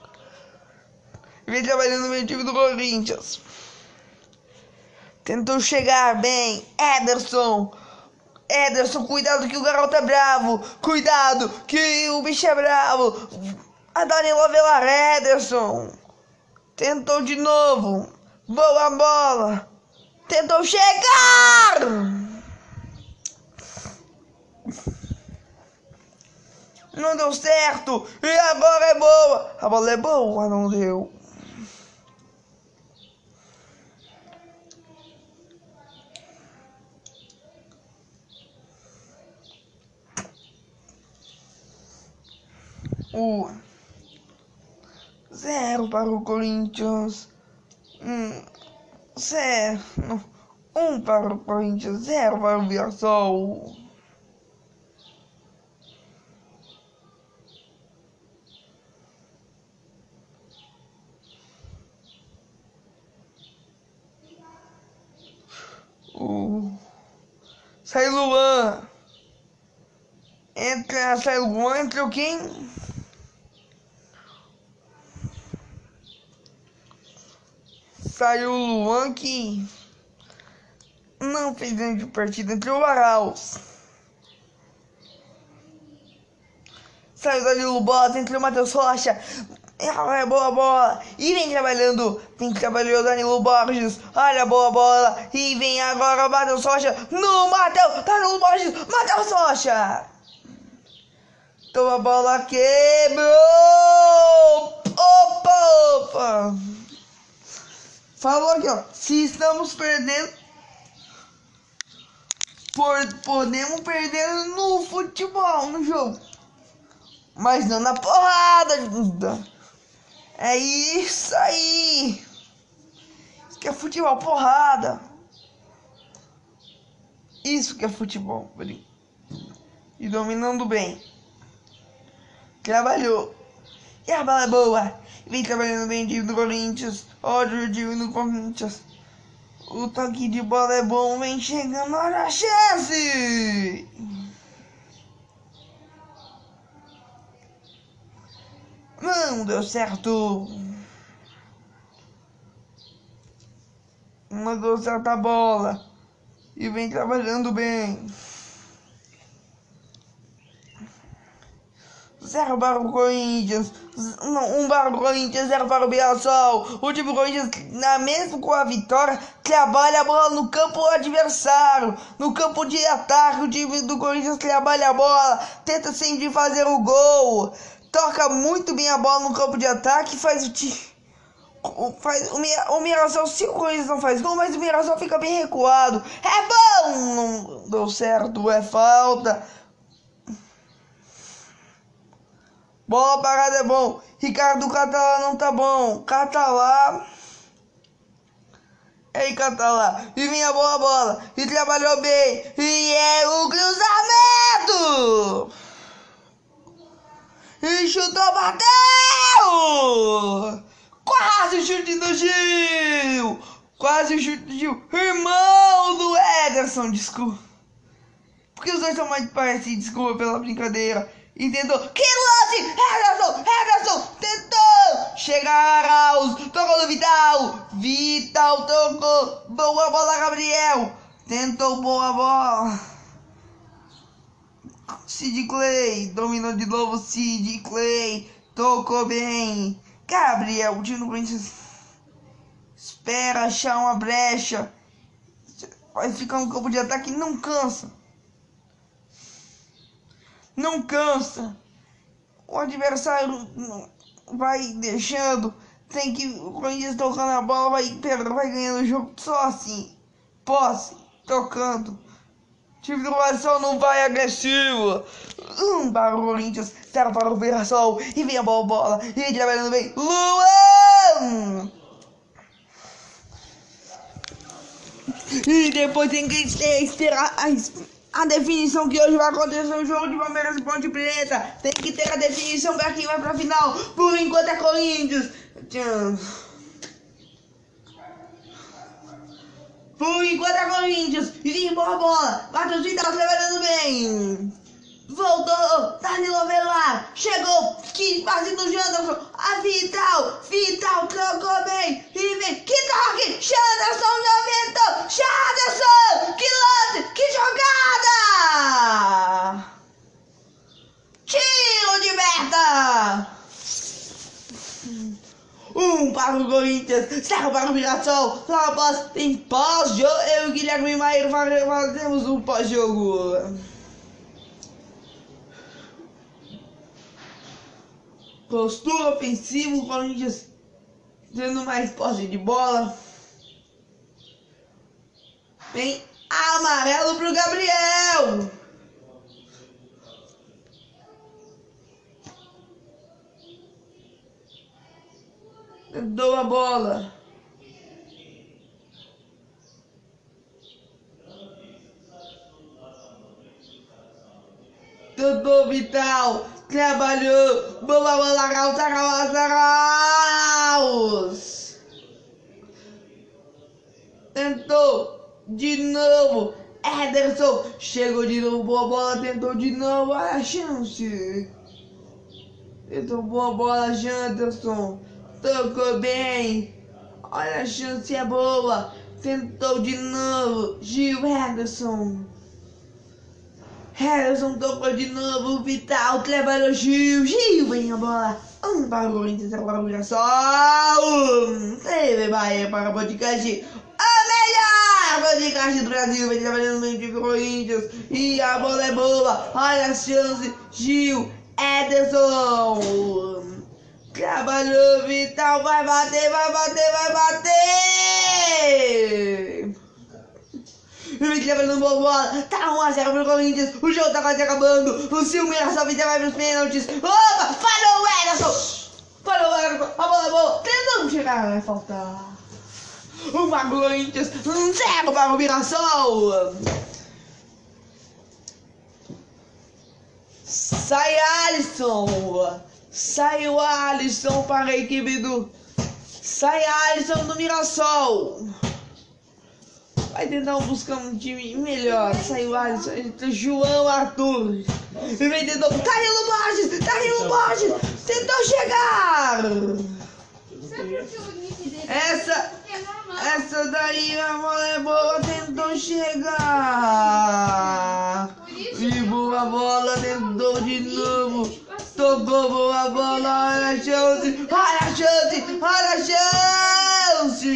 Vem trabalhando no meio time do Corinthians. Tentou chegar bem. Ederson. Ederson, cuidado que o garoto é bravo. Cuidado que o bicho é bravo. A Danilo Velar, Ederson. Tentou de novo. Boa bola. Tentou chegar. Não deu certo. E agora é boa. A bola é boa, não deu. O zero para o Corinthians. Um, zero. Um para o Corinthians. Zero para o Mirassol. O sai Luan. Entra, sai Luan, entrou quem? Saiu o Luan que não fez grande partida. Entrou o Arauz. Saiu o Danilo Bosa, entrou o Matheus Rocha. É boa bola. E vem trabalhando. Vem trabalhando o Danilo Borges. Olha a boa bola. E vem agora o Matheus Rocha. No Matheus. Danilo Borges. Matheus Rocha. Toma a bola. Quebrou. Opa, opa. Falou aqui, ó. Se estamos perdendo, por, podemos perder no futebol, no jogo, mas não na porrada. É isso aí. Isso que é futebol, porrada. Isso que é futebol. E dominando bem. Trabalhou. E a bola é boa. Vem trabalhando bem o time do Corinthians. Olha o time do Corinthians. O toque de bola é bom. Vem chegando. Olha a chance. Não deu certo. Não deu certo a bola. E vem trabalhando bem. Zero para o Corinthians. Não, um para o Corinthians, zero para o Mirassol. O time do Corinthians, na mesmo com a vitória, trabalha a bola no campo adversário. No campo de ataque, o time do Corinthians trabalha a bola. Tenta sempre fazer o gol. Toca muito bem a bola no campo de ataque e faz o time. Faz, o, o Mirassol, se o Corinthians não faz gol, mas o Mirassol fica bem recuado. É bom! Não deu certo, é falta. Bola parada é bom. Ricardo Catalá não tá bom. Catalá. Ei, Catalá. E vem a boa bola. E trabalhou bem. E é o cruzamento. E chutou, bateu. Quase o chute do Gil. Quase o chute de irmão do Ederson, desculpa. Porque os dois são mais parecidos, desculpa pela brincadeira. E tentou. Que lance! Ederson! Ederson! Tentou! Chegar Arauz. Tocou no Vital. Vital tocou. Boa bola, Gabriel. Tentou boa bola. Sid Clay. Dominou de novo Sid Clay. Tocou bem. Gabriel, o time do Corinthians espera achar uma brecha. Vai ficar no campo de ataque e não cansa. Não cansa. O adversário vai deixando. Tem que. O Corinthians tocando a bola vai, vai ganhando o jogo só assim. Posse, tocando. O time do Mirassol não vai agressivo. Um para o Corinthians, zero para o Mirassol. E vem a bola, bola. E vem trabalhando bem. Luan! E depois tem que esperar a, a definição que hoje vai acontecer no jogo de Palmeiras e Ponte Preta. Tem que ter a definição para quem vai pra final. Por enquanto é Corinthians. Por enquanto é Corinthians. E vem boa bola. Bateu o Vital trabalhando bem. Voltou. Danilo Velar. Chegou. Que passe do Janderson. A Vital. Vital trocou bem. E vem. Que toque. Janderson noventou. Janderson. Que lance. Que jogada. Tiro de meta. Um para o Corinthians, zero para o Mirassol. Logo após, tem pós-jogo. Eu e o Guilherme Maia fazemos um pós-jogo. Postura ofensiva, o Corinthians tendo mais posse de bola. Vem amarelo pro Gabriel. Dou a bola. Tentou Vital. Trabalhou. Boa bola, Raus, Raus, Raus. Tentou. De novo. Ederson. Chegou de novo. Boa bola. Tentou de novo. Olha a chance. Tentou boa bola, Janderson. Tocou bem. Olha a chance é boa. Tentou de novo. Gil Ederson. Ederson tocou de novo. Vital trabalhou Gil. Gil vem a bola. Um para o Corinthians, zero para o Mirassol. Teve Bahia para o podcast. A melhor podcast do Brasil. Vem trabalhando no meio de Corinthians. E a bola é boa. Olha a chance. Gil Ederson. Trabalhou, Vital, vai bater, vai bater, vai bater! Vem trabalhando boa bola, tá um a zero pro Corinthians, o jogo tá quase acabando, o Silmeira só vai pros pênaltis, opa, falhou o Ederson! Falhou o Ederson, a bola é boa, tentando chegar, vai faltar. Um para o Corinthians, um zero para o Mirassol! Sai Alisson! Sai o Alisson para a equipe do... Sai Alisson do Mirassol. Vai tentar buscar um time melhor. Sai o Alisson. Entra João Arthur. E vem tentou... Danilo Borges. Danilo Borges. Tentou chegar. Essa... Essa daí a bola é boa. Tentou chegar. E boa bola. Tentou de novo. Tocou boa bola, olha a chance, olha a chance, olha a chance!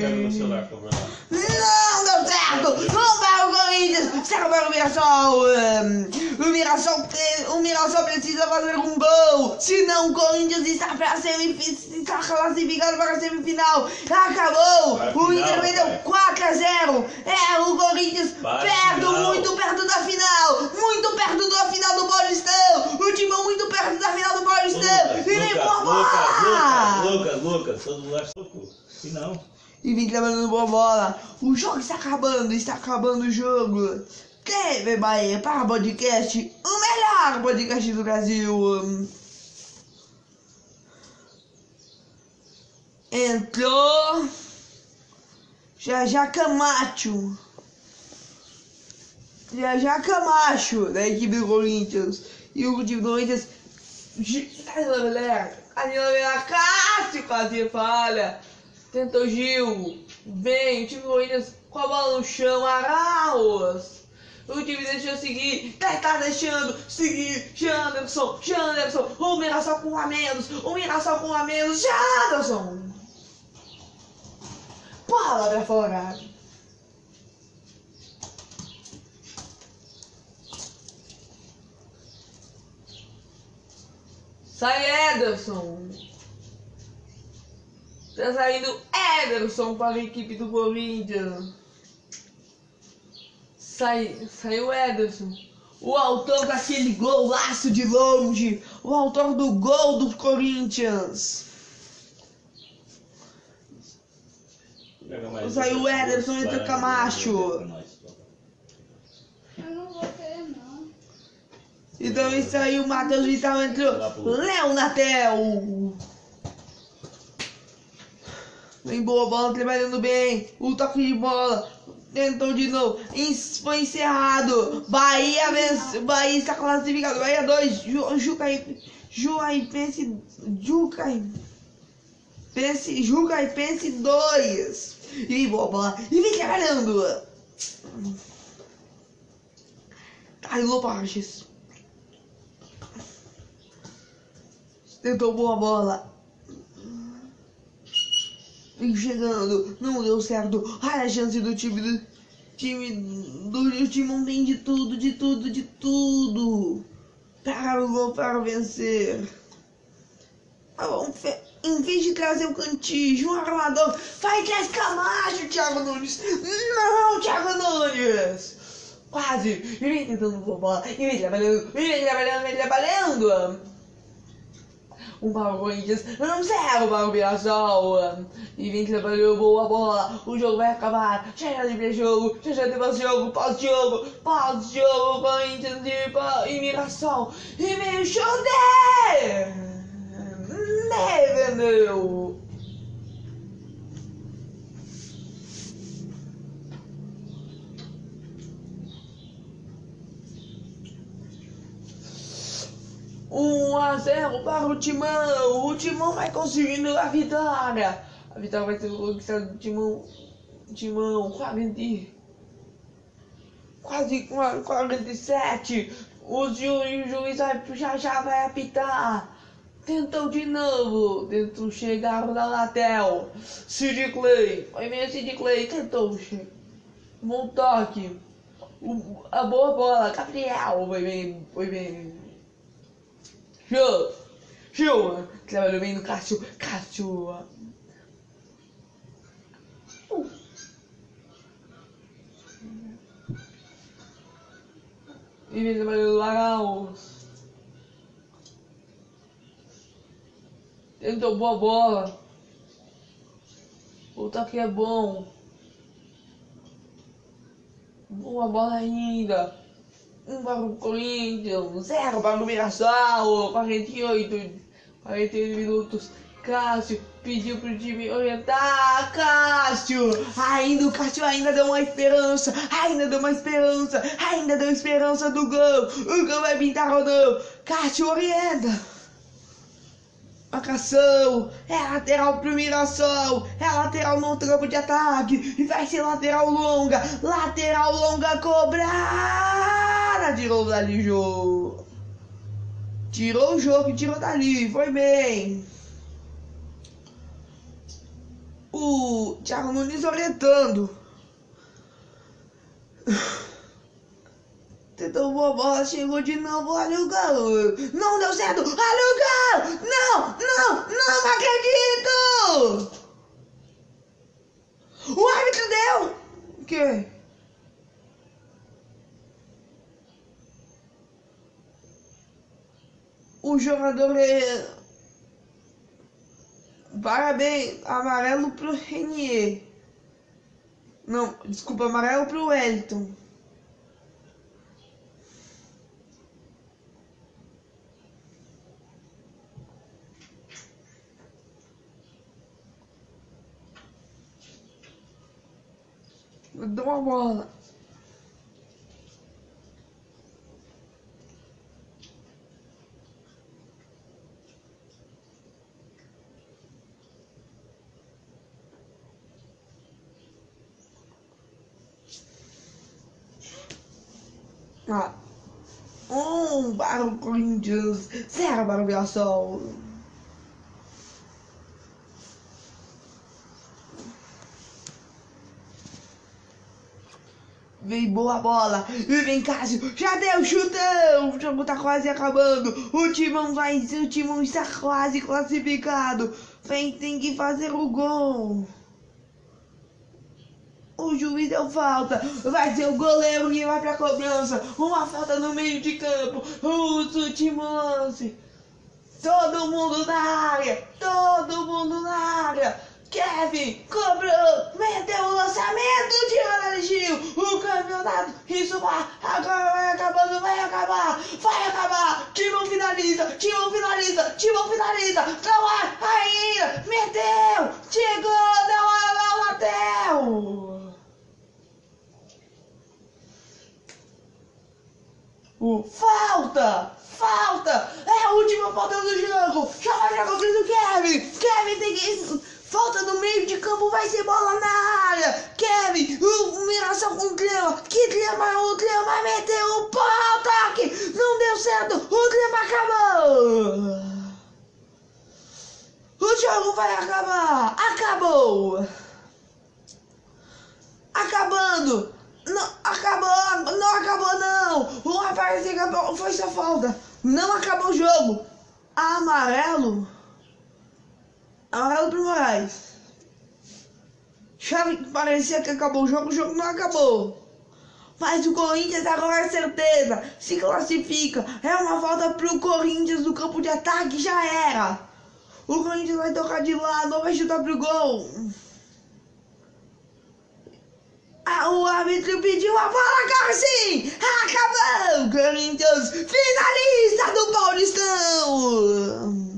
Não deu certo! Não para o Corinthians, zero para o Mirassol! O Mirassol, o Mirassol precisa fazer um gol, senão o Corinthians está, para está classificado para a semifinal. Acabou! O Inter vendeu quatro a zero! É, o Corinthians perto, muito perto da final! Muito perto da final do Paulistão! O time muito perto da final do Paulistão! E vem por bola! Lucas, Lucas, todo mundo acha louco. E não. E vem trabalhando boa bola. O jogo está acabando, está acabando o jogo. T V Bahia para podcast, o melhor podcast do Brasil. Entrou. Jajá Camacho. Jajá Camacho, da equipe do Corinthians. E o time do Corinthians. Cássio quase falha. Tentou Gil. Vem, o time do Corinthians com a bola no chão. Arauz. O time deixou seguir. Tá, tá deixando seguir. Janderson. Janderson. O Mirassol com um a menos. O Mirassol com um a menos. Janderson. Bola pra fora. Sai Ederson. Tá saindo Ederson para a equipe do Corinthians. Sai, saiu Ederson. O autor daquele golaço de longe. O autor do gol do Corinthians. Saiu o Ederson, entra Camacho. Eu não vou querer, não. E também saiu o Matheus Vital, entrou Léo Natel. Vem boa bola, trabalhando bem. O toque de bola. Tentou de novo. Foi encerrado. Bahia vence. Bahia está classificado. Bahia dois. Juca e. Juca e Pense. Juca e. Pense. Juca e Pense dois. E boa bola. E vem trabalhando. Carlos Borges. Tentou boa bola. Vem chegando, não deu certo. Olha a chance do time do time do o time não tem de tudo, de tudo, de tudo. Para o gol para vencer. Em vez de trazer o Cantillo, um armador, vai traz Camacho, Thiago Nunes. Não, Thiago Nunes. Quase. E vem tentando bola. E vem trabalhando, e vem trabalhando, vem trabalhando. Um para o Corinthians, não zero para o Mirassol. E vem trabalhou, boa bola. O jogo vai acabar. Já já teve jogo, já já teve jogo, pós-jogo, pós-jogo. Corinthians e, e Mirassol. E meio show de... Defendeu. um a zero para o Timão. O Timão vai conseguindo a vitória. A vitória vai ser conquistada do Timão. Timão, quarenta, quase quarenta e sete. O, ju, o juiz vai, já já vai apitar. Tentou de novo. Tentou chegar na lateral. Sid Clay. Foi meio Sid Clay. Tentou chegar. Bom toque. O, a boa bola. Gabriel. Foi bem. Foi bem. Show! Show! Trabalhou bem no Cássio. Cássio! Uh. E vem trabalhando no Arauz. Tentou boa bola. O toque é bom. Boa bola ainda. Um para o Corinthians, zero para o Mirassol, quarenta e oito, quarenta e oito minutos. Cássio pediu para o time orientar. Cássio, ainda o Cássio ainda deu uma esperança, ainda deu uma esperança, ainda deu esperança do gol. O gol vai pintar ou não? Cássio orienta. Marcação, é lateral pro Mirassol, é lateral no campo de ataque, e vai ser lateral longa, lateral longa cobrada, tirou dali o jogo, tirou o jogo e tirou dali, foi bem. O Thiago Nunes orientando. Tentou boa bola, chegou de novo, olha o gol. Não deu certo, olha o gol. Não, não, não acredito. O árbitro deu. O quê? O jogador é... Parabéns, amarelo pro Renier. Não, desculpa, amarelo pro Wellington. Dá uma bola. Ah. Um para o Corinthians, zero para o Mirassol. Vem boa bola, e vem Cássio, já deu chutão, o jogo tá quase acabando, o Timão vai, o Timão está quase classificado, vem, tem que fazer o gol. O juiz deu falta, vai ser o goleiro que vai pra cobrança, uma falta no meio de campo, o último lance, todo mundo na área, todo mundo na área. Kevin cobrou, meteu o lançamento de Ana Gil, o campeonato, isso vai, agora vai acabando, vai acabar, vai acabar, Timão finaliza, Timão finaliza, Timão finaliza, não vai ainda, meteu, chegou, não hora, não bateu. O falta, falta, é a última falta do jogo, já vai pra cobrança do Kevin, Kevin tem que... Falta no meio de campo, vai ser bola na área. Kevin, o Mirassol com o Clema. Que Clema, o Clema meteu o pau-ataque. Não deu certo, o Clema acabou. O jogo vai acabar. Acabou. Acabando. Não, acabou, não acabou não. O rapaz acabou, foi só falta. Não acabou o jogo. Amarelo. Amarelo pro Moraes. Já parecia que acabou o jogo, o jogo não acabou. Mas o Corinthians agora é certeza, se classifica. É uma falta pro Corinthians no campo de ataque, já era. O Corinthians vai tocar de lado, vai chutar pro gol. Ah, o árbitro pediu a bola, cara, sim! Acabou! Corinthians finalista do Paulistão!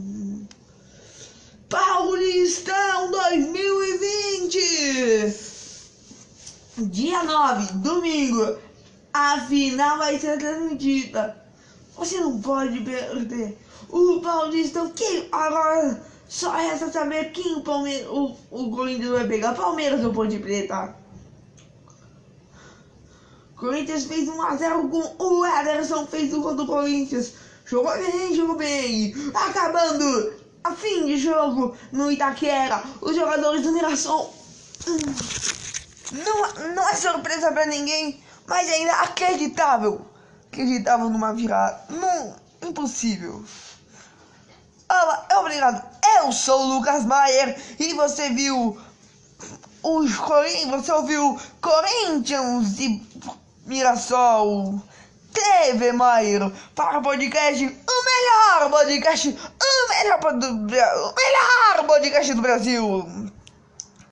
Paulistão dois mil e vinte, dia nove, domingo, a final vai ser transmitida, você não pode perder, o Paulistão, quem, agora só resta saber quem o Palmeiras, o, o Corinthians vai pegar, Palmeiras ou Ponte Preta. Corinthians fez um a zero com o Ederson, fez o gol do Corinthians, jogou bem, jogou bem, acabando. A fim de jogo no Itaquera, os jogadores do Mirassol, não, não é surpresa pra ninguém, mas é inacreditável, acreditável numa virada, não, impossível. Olá, obrigado, eu sou o Lucas Maier e você viu os Corinthians, você ouviu Corinthians e Mirassol. T V Maier para o podcast, o melhor podcast, o melhor, o melhor podcast do Brasil.